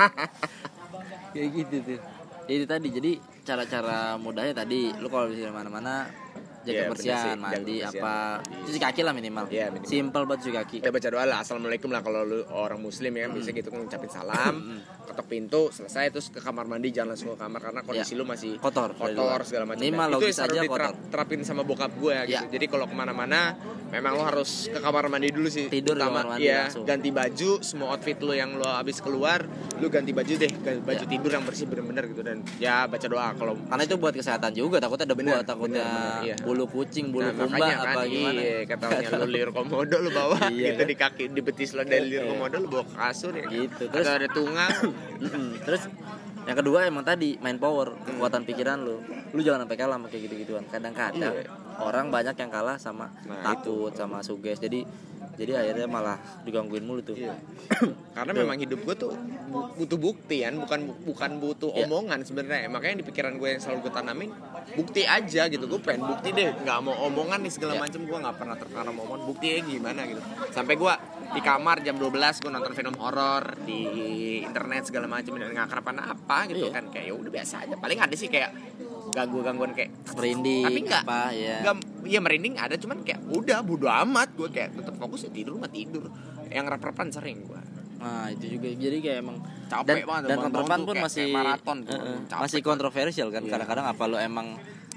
Kayak gitu tuh. Itu tadi, jadi cara-cara mudahnya tadi lu kalau di mana-mana jaga kebersihan, mandi apa, cuci kaki lah minimal. Simple banget cuci kaki. Baca doa lah, assalamualaikum lah kalau lu orang muslim ya kan, bisa gitu ngucapin salam, ketok pintu, selesai terus ke kamar mandi, jangan langsung ke kamar karena kondisi lu masih kotor segala macam. Itu yang harus diterapin sama bokap gue ya gitu. Jadi kalau kemana-mana memang lu harus ke kamar mandi dulu sih. Tidur di kamar mandi langsung. Ganti baju, semua outfit lu yang lu habis keluar, lu ganti baju deh, baju tidur yang bersih bener-bener gitu, dan ya baca doa kalau karena itu buat kesehatan juga, takutnya debu, takutnya bulu kucing, bulu kumba apa kan, gimana. Iya, katanya lu liur komodo lu bawa gitu di kaki, di betis lu ada liur komodo lu bawa ke kasur ya gitu. Terus ada tungang. Terus yang kedua emang tadi main power, kekuatan pikiran lu. Lu jangan sampai kalah sama kayak gitu-gituan. Kadang-kadang orang banyak yang kalah sama takut, sama suges. Jadi akhirnya malah digangguin mulu tuh. Karena memang hidup gue tuh butuh bukti kan, bukan butuh omongan sebenarnya. Makanya di pikiran gue yang selalu gue tanamin bukti aja gitu. Gue pengen bukti deh, nggak mau omongan nih segala macam. Gue nggak pernah terkena omongan, buktinya gimana gitu. Sampai gue di kamar jam 12 gue nonton film horor di internet segala macam, dan nggak kenapa-napa gitu kan. Kayak ya udah biasa aja. Paling ada sih kayak gangguan kayak merinding, tapi nggak apa ya? Iya merinding ada, cuman kayak udah bodo amat, gue kayak tetap fokus ya tidur yang rep-repan sering gue. Nah itu juga, jadi kayak emang capek banget, dan rep-repan pun masih maraton masih kontroversial kan. Kadang-kadang apa lo emang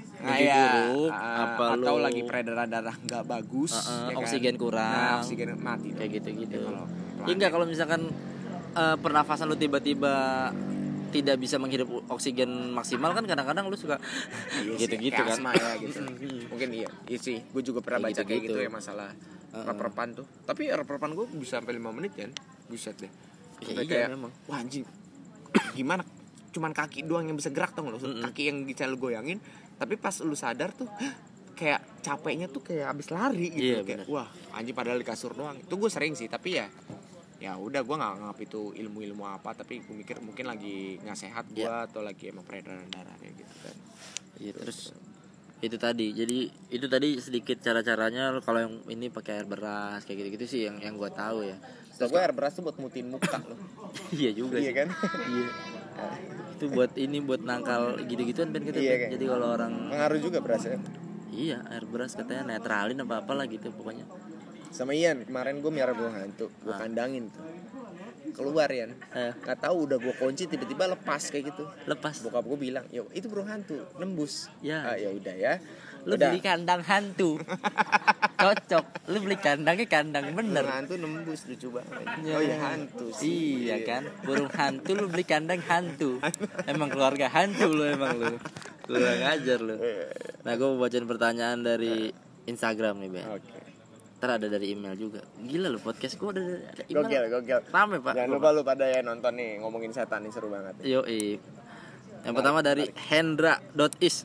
buruk, atau lagi peredaran darah nggak bagus, ya kan? Oksigen kurang, oksigen mati kayak gitu. Ya enggak, kalau misalkan pernafasan lu tiba-tiba tidak bisa menghirup oksigen maksimal kan, kadang-kadang lu suka gitu-gitu kan. Asma ya gitu. Mungkin iya sih. Gue juga pernah baca kayak gitu ya masalah rep-repan tuh. Tapi rep-repan gue bisa sampai 5 menit kan. Buset deh. Iya memang. Wah anjing. Gimana? Cuman kaki doang yang bisa gerak, tau gak lu? Kaki yang bisa lu goyangin. Tapi pas lu sadar tuh kayak capeknya tuh kayak abis lari gitu. Kayak wah anjing, padahal di kasur doang. Itu gue sering sih, tapi ya udah, gue nggak nganggap itu ilmu apa, tapi gue mikir mungkin lagi nggak sehat gue atau lagi emang peredaran darah kayak gitu kan. Iya, terus itu tadi, jadi itu tadi sedikit cara-caranya kalau yang ini pakai air beras kayak gitu-gitu sih yang gue tahu ya. Terus gue air beras tuh buat mutin muka loh. Iya juga. Iya kan? Iya. Itu buat nangkal gitu-gituan kan kita. Iya, kan? Jadi kalau orang pengaruh juga berasnya. Iya, air beras katanya netralin apa lah gitu pokoknya. Sama Ian kemarin gue miara burung hantu, gue kandangin tuh, keluar Ian, nggak tahu udah gue kunci tiba-tiba lepas kayak gitu. Bokap gue bilang, yo itu burung hantu nembus. Ya udah ya. Lu beli kandang hantu, cocok. Lu beli kandangnya kandang bener. Burung hantu nembus, lucu banget. Oh ya hantu sih. Iya kan, burung hantu lu beli kandang hantu. Emang keluarga hantu lu emang lu. Kurang ajar lu. Nah gue mau bacain pertanyaan dari Instagram nih Ben. Oke. Ntar ada dari email juga. Gila lu, podcast gue ada email. Gokil. Rame Pak. Jangan lupa lu pada ya nonton nih, ngomongin setan nih seru banget. Yoi. Yang pertama dari Hendra.is.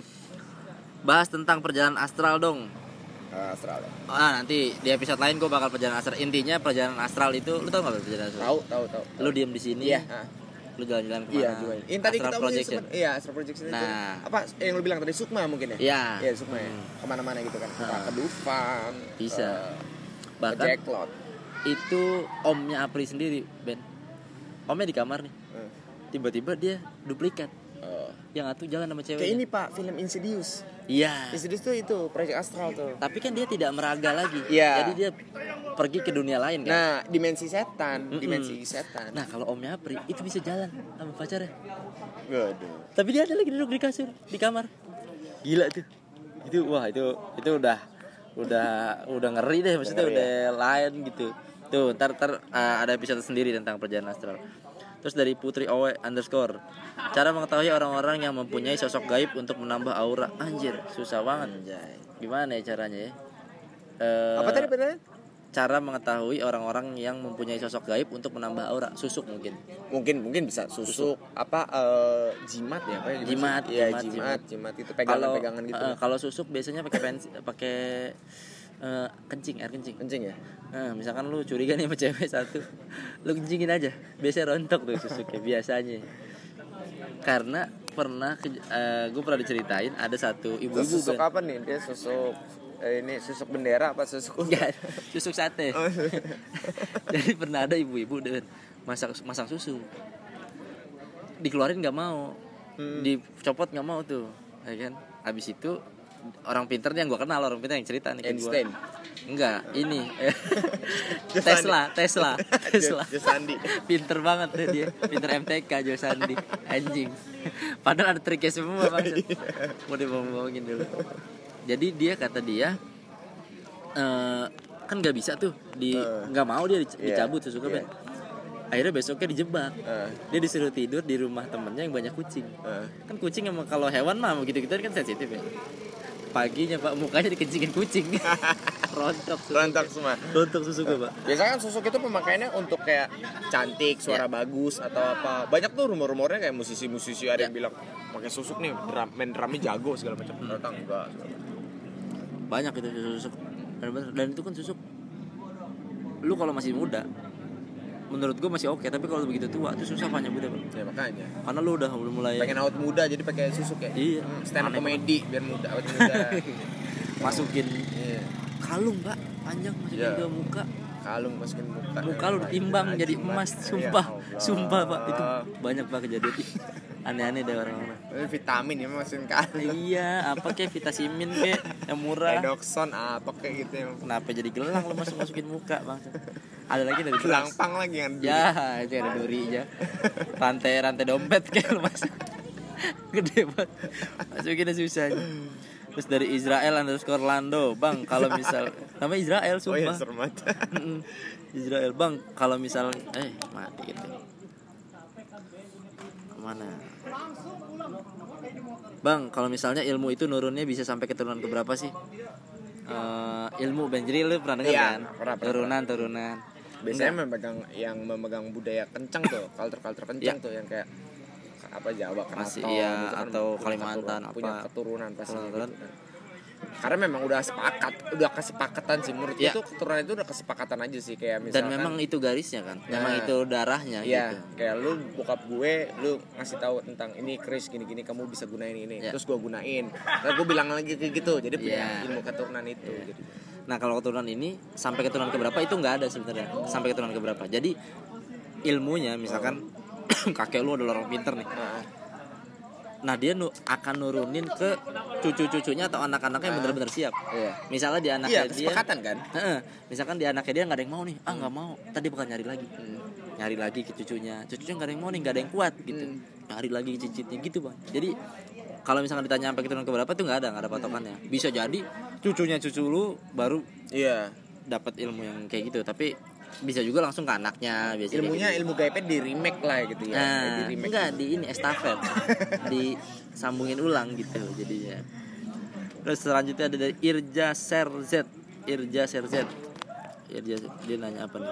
Bahas tentang perjalanan astral dong. Astral ya. Nanti di episode lain gue bakal perjalanan astral. Intinya perjalanan astral itu, lu tau gak perjalanan astral? Tahu. Lu diem di sini. Iya. lu jalan-jalan kemana? Iya, join. Ini tadi Astral kita Projection. Iya, Astral Projection itu. Nah. Apa yang lu bilang tadi, Sukma mungkin ya? Iya. Iya, Sukma ya. Kemana-mana gitu kan. Ke Dufan. Bisa. Ke Bahkan Jacklot. itu omnya Apri sendiri, Ben. Omnya di kamar nih. Tiba-tiba dia duplikat. Yang atuh jalan sama cewek. Kayak ini Pak, film Insidious. Iya. Insidious tuh itu Project Astral tuh. Tapi kan dia tidak meraga lagi. Iya. Jadi dia pergi ke dunia lain kan. Nah, dimensi setan. Nah, kalau omnya Apri itu bisa jalan sama pacarnya. Waduh. Tapi dia ada lagi duduk di kasur di kamar. Gila tuh. Itu udah ngeri deh, maksudnya Ngeri, udah lain gitu. Tuh, ntar ada episode sendiri tentang perjalanan astral. Terus dari Putri Owe _ cara mengetahui orang-orang yang mempunyai sosok gaib untuk menambah aura. Anjir, susah banget. Gimana ya caranya ya? Apa tadi benar? Cara mengetahui orang-orang yang mempunyai sosok gaib untuk menambah aura. Susuk mungkin Bisa susuk. Apa jimat ya? Apa ya? Jimat itu pegangan gitu. Kalau susuk biasanya pakai kencing, air kencing. Kencing ya? Misalkan lu curiga nih sama cewek satu, lu kencingin aja. Biasanya rontok tuh susuknya biasanya. Karena gue pernah diceritain ada satu ibu-ibu. Susuk apa nih? Dia susuk ini susuk bendera apa susuk? Enggak, susuk sate. Jadi pernah ada ibu-ibu dan masak susu. Dikeluarin nggak mau, dicopot nggak mau tuh, ya kan? Habis itu orang pinter yang gue kenal, orang pinter yang cerita nih ke gue. Enggak, ini Tesla. Josandi. Pinter banget deh dia, pinter MTK Josandi, anjing. Padahal ada triknya semua bang. Mau dibohongin dulu. Jadi kata dia kan nggak bisa tuh nggak mau dia dicabut susuknya. Akhirnya besoknya dijebak. Dia disuruh tidur di rumah temennya yang banyak kucing. Kan kucing emang kalau hewan mah gitu kan sensitif ya. Paginya Pak mukanya dikencingin kucing. Rontok susuknya Pak. Biasanya kan susuk itu pemakaiannya untuk kayak cantik, suara bagus atau apa. Banyak tuh rumor-rumornya kayak musisi-musisi ada yang bilang pakai susuk nih main drumnya jago segala macam. Ternyata enggak. Banyak itu susuk. Dan itu kan susuk. Lu kalau masih muda menurut gue masih oke, tapi kalau begitu tua itu susah banyak muda Bang. Ya makanya. Karena lu udah mulai pengen awet muda jadi pakai susuk ya. Iya. Stand up komedi biar muda awet muda. Masukin kalung Pak, panjang masukin ke muka. Kalung masukin muka. Muka lu ditimbang jadi emas, sumpah Pak, itu banyak Pak kejadian. Aneh-aneh deh orang-orang. Vitamin ya masukin kalung. Iya, apa kayak Vitamin kayak yang murah. Redoxon apa kayak gitu ya. Kenapa jadi gelang lu masukin muka Bang? Ada lagi dari gelang pang lagi yang duri. Ya, itu ada durinya. Rantai dompet kayak lu masuk. Gede banget. Masukinnya susah. Terus dari Israel _ Lando, Bang, kalau misal namanya Israel sumpah. Oh iya, serem aja. Israel, Bang, kalau misal mati gitu. Mana? Bang, kalau misalnya ilmu itu nurunnya bisa sampai keturunan ke berapa sih? Ilmu Benjri lu pernah dengar kan? Turunan. Biasanya memegang budaya kencang tuh, culture kencang tuh yang kayak apa Jawa Keraton atau Kalimantan punya keturunan pasti gitu kan. Karena memang udah kesepakatan sih menurut itu keturunan itu udah kesepakatan aja sih kayak misalkan. Dan memang itu garisnya kan. Memang itu darahnya gitu. Kayak lu bokap gue lu ngasih tahu tentang ini Chris gini-gini kamu bisa gunain ini. Terus gue gunain. Terus gue bilang lagi kayak gitu. Jadi punya ilmu keturunan itu gitu. Nah, kalau keturunan ini sampai keturunan keberapa itu enggak ada sebenarnya. Sampai keturunan keberapa. Jadi ilmunya misalkan kakek lu adalah orang pinter nih. Nah dia akan nurunin ke cucu-cucunya atau anak-anaknya yang benar-benar siap. Misalnya di anaknya dia kesepakatan kan. Misalkan di anaknya dia nggak ada yang mau nih, nggak mau, tadi bakal nyari lagi ke cucunya nggak ada yang mau nih, nggak ada yang kuat gitu, nyari lagi cicitnya gitu Bang. Jadi kalau misalkan ditanya sampai keturunan keberapa itu nggak ada patokannya. Bisa jadi cucu lu baru dapat ilmu yang kayak gitu, tapi bisa juga langsung ke anaknya biasanya. Ilmunya ilmu gaibnya di remake lah gitu ya. Enggak di ini estafet. Disambungin ulang gitu jadinya. Terus selanjutnya ada dari Irja Serzet. Dia nanya apa nih?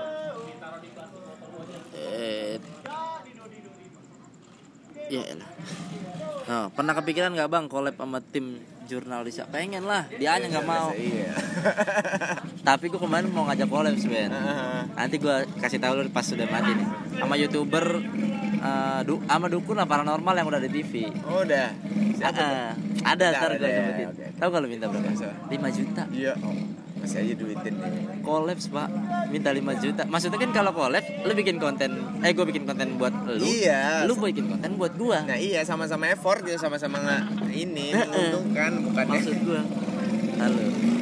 Ya elah. Pernah kepikiran nggak Bang collab sama tim jurnalis? Pengen lah, dia aja nggak mau. Tapi gue kemarin mau ngajak collab sebenarnya. Nanti gue kasih tahu lu pas sudah mati nih. Sama YouTuber sama dukun lah paranormal yang udah di TV. Oh udah. Ada ntar gue ya, sebutin. okay. Tahu kalau minta berapa? So. 5 juta. Iya. Oh, masih aja duitin nih. Collabs pak, minta 5 juta. Maksudnya kan kalau collab, lu bikin konten, gue bikin konten buat lu. Iya. Lu bikin konten buat gua. Nah iya sama-sama effort gitu, sama-sama ini menguntungkan bukannya. Maksud gua. Halo.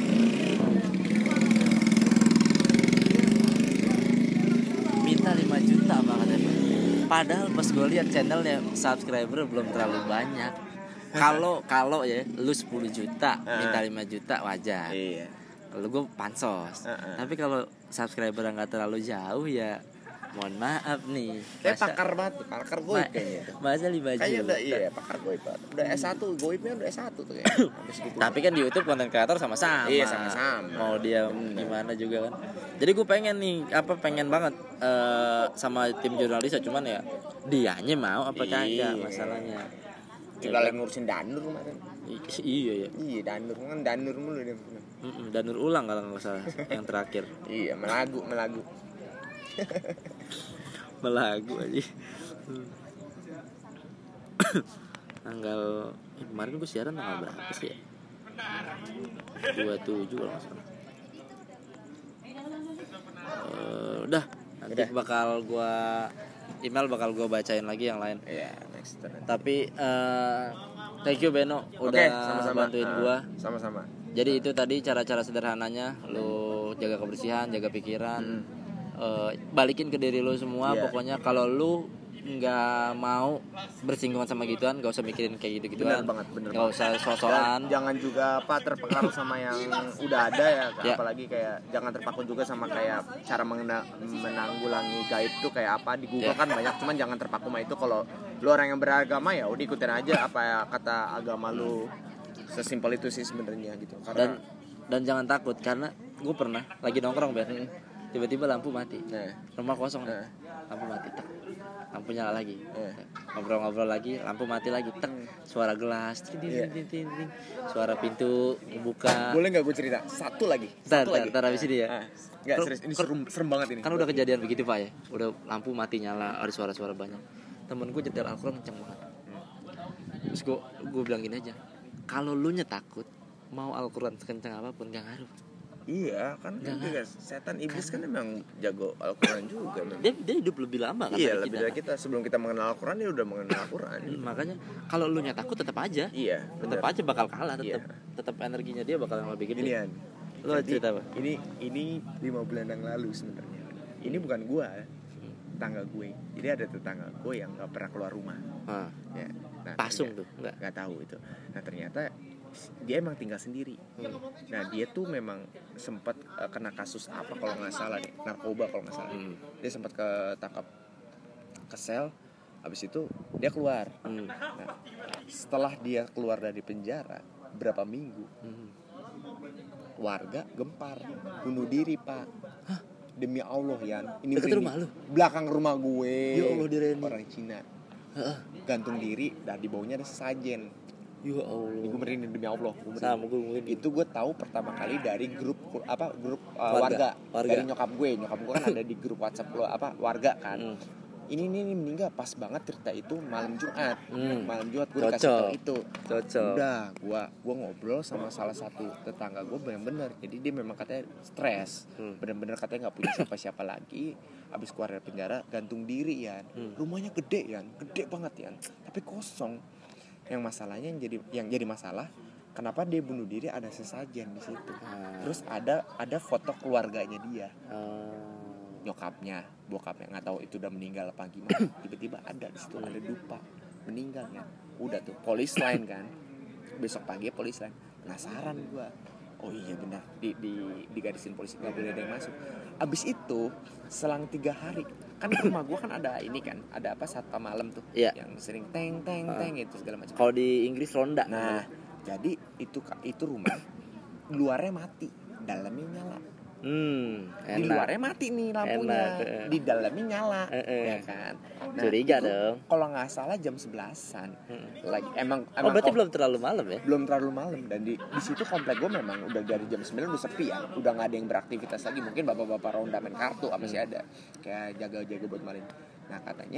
Minta 5 juta pak katanya. Padahal pas gue lihat channelnya subscriber belum terlalu banyak. Kalau ya lu 10 juta minta 5 juta wajar. Iya. Kalau gue pansos. Tapi kalau subscriber nggak terlalu jauh ya mohon maaf nih. Kayak pakar goib kayaknya. Masa 5 juta. Kayaknya udah iya pakar goib. Udah S1 goibnya udah S1 tuh kayaknya. Tapi kan di YouTube konten kreator sama-sama. Iya sama-sama. Mau dia gimana juga kan. Jadi gue pengen nih pengen banget sama tim jurnalisnya cuman ya dianya mau apa kagak masalahnya. Juga lagi ngurusin Danur kemarin. Iya ya. Iya Danur kan Danur mulu dia. Danur ulang kalau nggak salah yang terakhir. Iya melagu. Melagu aja. Tanggal kemarin gue siaran tanggal berapa sih ya? 27 kalau nggak salah. Udah nanti email bakal gue bacain lagi yang lain. Iya, next. Tapi thank you Beno udah sama-sama. bantuin gue. Sama-sama. Jadi itu tadi cara-cara sederhananya lu jaga kebersihan, jaga pikiran, balikin ke diri lu semua. Pokoknya kalau lu nggak mau bersinggungan sama gituan, nggak usah mikirin kayak gitu-gituan. Bener nggak usah sosokan. Jangan juga terpengaruh sama yang udah ada ya. Apalagi kayak jangan terpaku juga sama kayak cara menanggulangi gaib tuh kayak apa di Google kan banyak. Cuman jangan terpaku sama itu. Kalau lu orang yang beragama ya udah ikutin aja apa ya kata agama lu. Sesimpel itu sih sebenarnya gitu. Karena dan jangan takut karena gue pernah lagi nongkrong tiba-tiba lampu mati. Rumah kosong lampu mati. Lampu nyala lagi. Ngobrol-ngobrol lagi, lampu mati lagi. Suara gelas, ting, suara pintu buka. Boleh nggak gue cerita? Satu lagi. Ntar habis ini ya. Nggak serius, ini serem banget ini. Kan udah kejadian begitu pak ya. Udah lampu mati nyala, ada suara-suara banyak. Temen gue nyetel Al-Quran kenceng banget. Terus gue bilang gini aja. Kalau lu takut, mau Al-Quran sekenceng apapun gak ngaruh. Iya kan juga setan iblis kan memang jago Al-Quran juga memang. Dia hidup lebih lama kan. Iya lebih dari kita. Sebelum kita mengenal Al-Quran dia udah mengenal Al-Quran. Makanya kalau lu takut tetap aja. Iya. Tetap aja bakal kalah. Tetap energinya dia bakal yang lebih gede. Inian. Lu cerita apa? Ini 5 bulan yang lalu sebenarnya. Ini bukan gua, tetangga gue. Jadi ada tetangga gue yang nggak pernah keluar rumah. Ya. Nah, pasung tuh nggak tahu itu. Nah ternyata dia emang tinggal sendiri. Nah dia tuh memang sempat kena kasus apa kalau nggak salah nih, narkoba kalau nggak salah. Dia sempat ketangkap ke sel, habis itu dia keluar. Nah setelah dia keluar dari penjara berapa minggu, warga gempar bunuh diri pak. Demi Allah Yan, ini dekat rumah lu? Belakang rumah gue. Ya Allah direni. Orang Cina. Gantung diri dan di bawahnya ada sesajen. Ya Allah. Gue merinding demi Allah. Sama gue merinding. Itu gue tahu pertama kali dari grup warga. Dari nyokap gue kan ada di grup WhatsApp warga kan. Ini meninggal pas banget cerita itu malam Jumat. Malam Jumat gue dikasih tahu itu. Cocok. Udah, gue ngobrol sama salah satu tetangga gue benar-benar. Jadi dia memang katanya stres. Benar-benar katanya nggak punya siapa-siapa lagi. Abis keluar dari penjara gantung diri ya. Rumahnya gede banget ya. Tapi kosong. Yang masalahnya yang jadi masalah, kenapa dia bunuh diri ada sesajen di situ. Terus ada foto keluarganya dia. Nyokapnya, bokapnya nggak tahu itu udah meninggal apa gimana. Tiba-tiba ada di situ ada dupa meninggalnya. Udah tuh polis line kan. Besok pagi polis line. Penasaran gua. Oh iya benar di garisin polisi nggak boleh ada yang masuk. Abis itu selang 3 hari kan rumah gua kan ada ini kan ada satpam malam tuh yang sering teng itu segala macam. Kalau di Inggris ronda. Nah jadi itu rumah luarnya mati dalamnya nyala. Di luarnya mati nih lampunya, di dalamnya nyala, ya kan. Nah, curiga dong. Kalau nggak salah jam 11-an. Lagi emang berarti belum terlalu malam ya? Belum terlalu malam dan di situ komplek gue memang udah dari jam 9 udah sepi ya, udah nggak ada yang beraktivitas lagi. Mungkin bapak-bapak ronda main kartu apa sih ada, kayak jaga-jaga buat malam. Nah katanya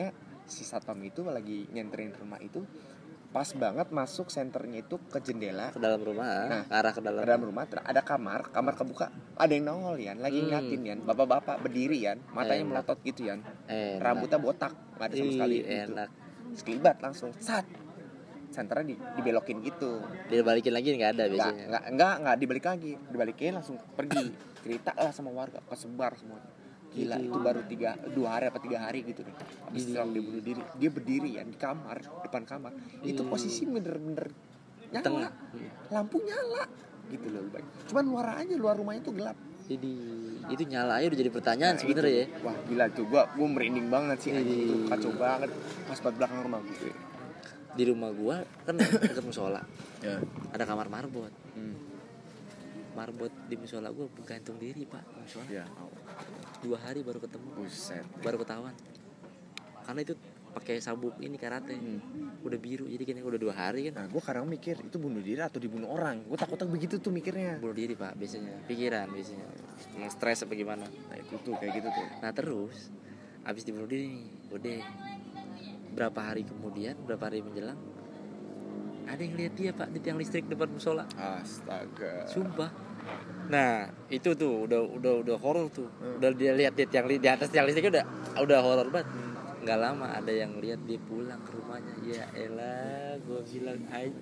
si satpam itu lagi nyenterin rumah itu, pas banget masuk senternya itu ke jendela ke dalam rumah, arah ke dalam rumah. Ada kamar kebuka, ada yang nongol Yan, lagi ngeliatin Yan, bapak-bapak berdiri Yan, matanya melotot gitu Yan, rambutnya botak, nggak ada sama sekali gitu. Sekelibat langsung senternya dibelokin gitu. Dibalikin lagi nggak ada biasanya. Nggak dibalikin langsung pergi. Cerita lah sama warga, kesebar semuanya. Gila, itu baru 2 hari apa 3 hari gitu deh. Habis dia bunuh diri, dia berdiri ya di kamar, depan kamar. Itu posisi bener-bener nyala. Lampu nyala gitu loh. Cuman luar rumahnya tuh gelap. Jadi itu nyala aja udah jadi pertanyaan sebenarnya ya. Wah gila tuh, gua merinding banget sih. Itu kacau banget. Pas belakang rumah gue. Di rumah gua kan dekat musola. Ya. Ada kamar marbot. Marbot di musola gua bergantung diri Pak musola. Ya. 2 hari baru ketemu. Buset. Baru ketahuan. Karena itu pakai sabuk ini karate. Udah biru jadi kan udah 2 hari kan. Nah, gua kadang mikir itu bunuh diri atau dibunuh orang. Gua takutnya begitu tuh mikirnya. Bunuh diri Pak biasanya. Pikiran biasanya. Emang stres apa gimana. Nah, itu tuh kayak gitu tuh. Nah, terus abis dibunuh diri nih, udah berapa hari menjelang ada yang lihat dia Pak di tiang listrik depan musola. Astaga. Sumpah. Nah itu tuh udah horor tuh. Udah dia lihat di atas tiang listrik udah horor banget. Nggak lama ada yang lihat dia pulang ke rumahnya. Ya elah, gue bilang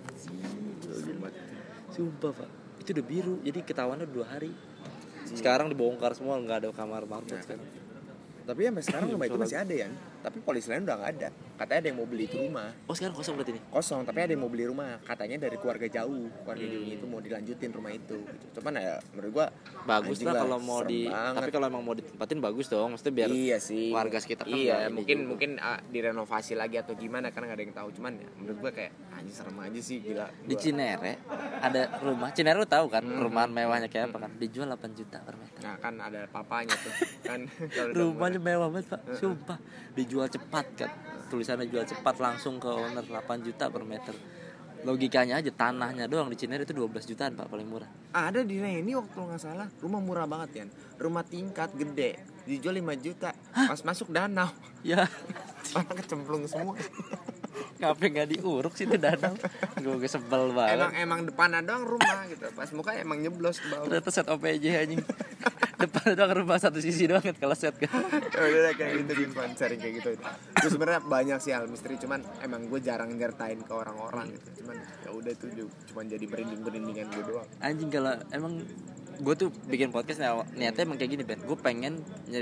sumpah Pak. Itu udah biru. Jadi ketahuannya 2 hari. Sekarang dibongkar semua, nggak ada kamar marbot sekarang. Tapi sampai sekarang rumah itu masih ada ya. Tapi polisi lain udah nggak ada. Katanya ada yang mau beli itu rumah. Oh sekarang kosong berarti nih? Kosong, tapi ada yang mau beli rumah. Katanya dari keluarga jauh. Keluarga jauhnya itu mau dilanjutin rumah itu. Gitu. Cuman ya menurut gua bagus lah kalau mau tapi kalau emang mau ditempatin bagus dong. Maksudnya biar warga sekitar kan. Iya, mungkin direnovasi lagi atau gimana karena nggak ada yang tahu. Cuman ya menurut gua kayak anjing serem aja sih gila. Di Cinere ada rumah. Cinere lu tahu kan rumahan mewahnya kayak apa kan? Dijual 8 juta per meter. Nah kan ada papanya tuh kan. Rumahnya mewah banget Pak. Sumpah. Dijual cepat kan. Tulisannya jual cepat langsung ke owner 8 juta per meter. Logikanya aja tanahnya doang di Cinere itu 12 jutaan Pak paling murah. Ada di Reni waktu nggak salah rumah murah banget ya. Rumah tingkat gede dijual 5 juta. Pas masuk danau. Ya. Orang kecemplung semua. Ngapain nggak diuruk sih itu danau? Gue sebel banget. Emang depannya doang rumah gitu. Pas muka emang nyeblos ke bawah. Ternyata set OPJ anjing. Depan doang rumah satu sisi doang kan kalau set kan. Udah kayak gitu cuma sharing kayak gitu. Gue sebenarnya banyak sih hal misteri cuman emang gue jarang nyertain ke orang-orang gitu. Cuman ya udah itu cuman jadi berindingan gue doang. Anjing kalau emang gue tuh bikin podcast niatnya emang kayak gini Ben. Gue pengen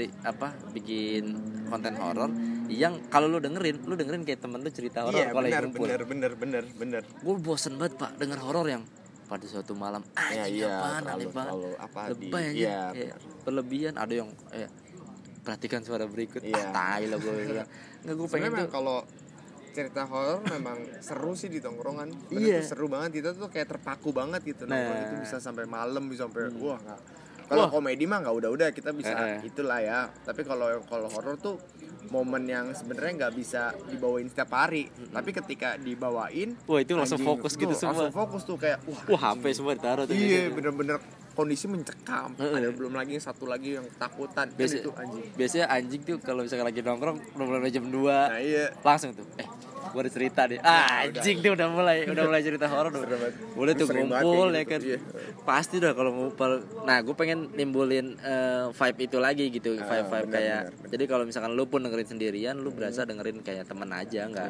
bikin konten horor yang kalau lu dengerin kayak temen lu cerita horor kalau ngumpul. Iya bener. Gue bosen banget Pak denger horor yang pada suatu malam aneh banget lebay aja berlebihan. Ada yang perhatikan suara berikut tai lah gue bilang. Nggak, gue pengen tuh kalau cerita horor memang seru sih di tongkrongan. Itu seru banget, kita tuh kayak terpaku banget gitu. Nongkrong itu bisa sampai malam, bisa sampai wah nggak. Kalau komedi mah nggak udah kita bisa itulah ya. Tapi kalau horor tuh momen yang sebenarnya nggak bisa dibawain setiap hari. Tapi ketika dibawain, wah itu langsung fokus gitu semua. Langsung fokus tuh kayak wah HP semua ditaruh tuh. Iya bener-bener kondisi mencekam. Ada belum lagi satu lagi yang takutan. Itu anjing. Biasanya anjing tuh kalau misalkan lagi nongkrong mulai jam 2 langsung tuh gue ada cerita deh. Anjing tuh udah mulai cerita horor boleh tuh ngumpul ya kan. Pasti dah kalau ngumpul. Nah gue pengen nimbulin vibe itu lagi gitu. Vibe kayak jadi kalau misalkan lu pun dengerin sendirian, lu berasa dengerin kayak temen aja. Enggak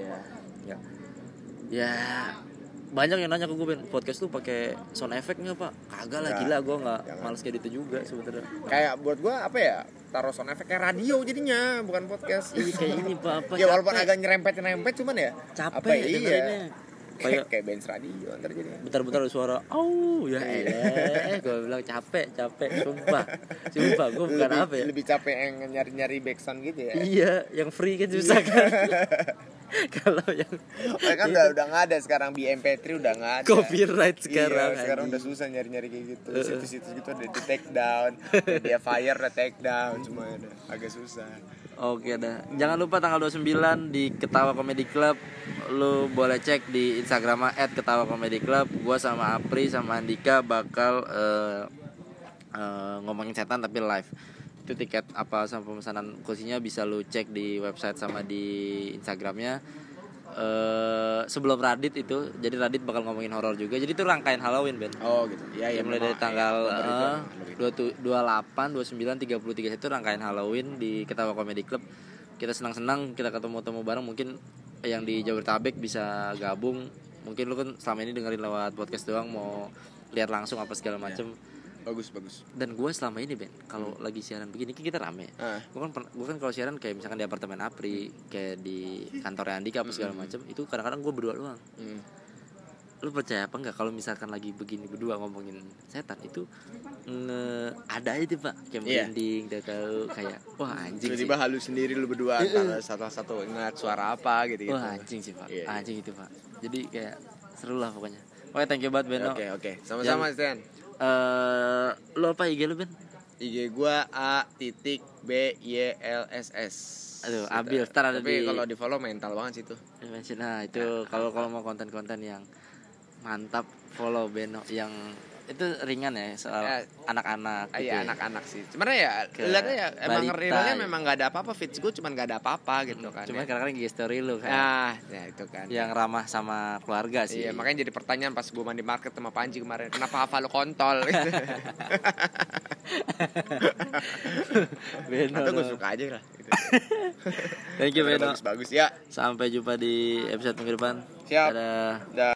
ya banyak yang nanya ke gue Ben, podcast lu pakai sound effect nggak Pak? Kagak lah, gila gue nggak males kayak gitu juga sebetulnya. Kayak buat gue apa ya, taruh sound effect kayak radio jadinya, bukan podcast. Iya kayak ini Pak, apa ya walaupun agak nyerempet cuman ya capek dengerinnya. Kayak bench radio ntar jadinya. Bentar suara ya gue bilang capek sumpah gue bukan apa ya, lebih capek yang nyari backsound gitu ya. Iya yang free kan susah kan. Kalau yang kan udah nggak ada sekarang, MP3 udah nggak ada copyright sekarang. Iya, sekarang udah susah nyari kayak gitu. Situs-situs gitu udah di take down, dia fire udah take down, cuma agak susah. Oke dah. Jangan lupa tanggal 29 di Ketawa Comedy Club. Lu boleh cek di Instagram @Ketawa Comedy Club. Gua sama Apri sama Andika bakal ngomongin setan tapi live. Itu tiket apa sama pemesanan kursinya bisa lu cek di website sama di Instagramnya. Sebelum Radit itu, jadi Radit bakal ngomongin horor juga. Jadi itu rangkaian Halloween, Ben. Oh gitu. Ya mulai dari tanggal 28, 29, 33 itu rangkaian Halloween di Ketawa Comedy Club. Kita senang-senang, kita ketemu-temu bareng. Mungkin yang di Jabodetabek bisa gabung. Mungkin lu kan selama ini dengerin lewat podcast doang, mau lihat langsung apa segala macem. Bagus. Dan gue selama ini Ben, kalau lagi siaran begini kan kita rame. Gue kan kalau siaran kayak misalkan di apartemen Apri, kayak di kantornya Andika apa segala macam, itu kadang-kadang gue berdua doang. Lu percaya apa enggak kalau misalkan lagi begini berdua ngomongin setan itu ada aja tuh Pak, kayak merinding, udah tahu kayak wah anjing. Tiba-tiba halus sendiri lu berdua antara satu ingat suara apa gitu. Wah anjing sih Pak, anjing itu Pak. Jadi kayak seru lah pokoknya. Oke, thank you banget Beno. Oke. Sama-sama Stan. Lo apa IG lu Ben? IG gua A.BYLSS. Aduh, Abil, ntar ada. Tapi kalau di follow mental banget sih itu. Nah, itu kalau mau konten-konten yang mantap, follow Beno yang itu ringan ya soal anak-anak gitu. Iya, anak-anak sih. Sebenarnya ya lihatnya ya emang realnya memang enggak ada apa-apa, feeds gue cuman enggak ada apa-apa gitu kan. Cuma kadang-kadang IG story lu kan. Ya itu kan. Yang ramah sama keluarga sih. Iya, makanya jadi pertanyaan pas gue mandi market sama Panji kemarin, kenapa hafal lu kontol gitu. Beno. Atau gue suka aja lah gitu. Thank you Beno. Bagus ya. Sampai jumpa di episode minggu depan. Siap. Dadah.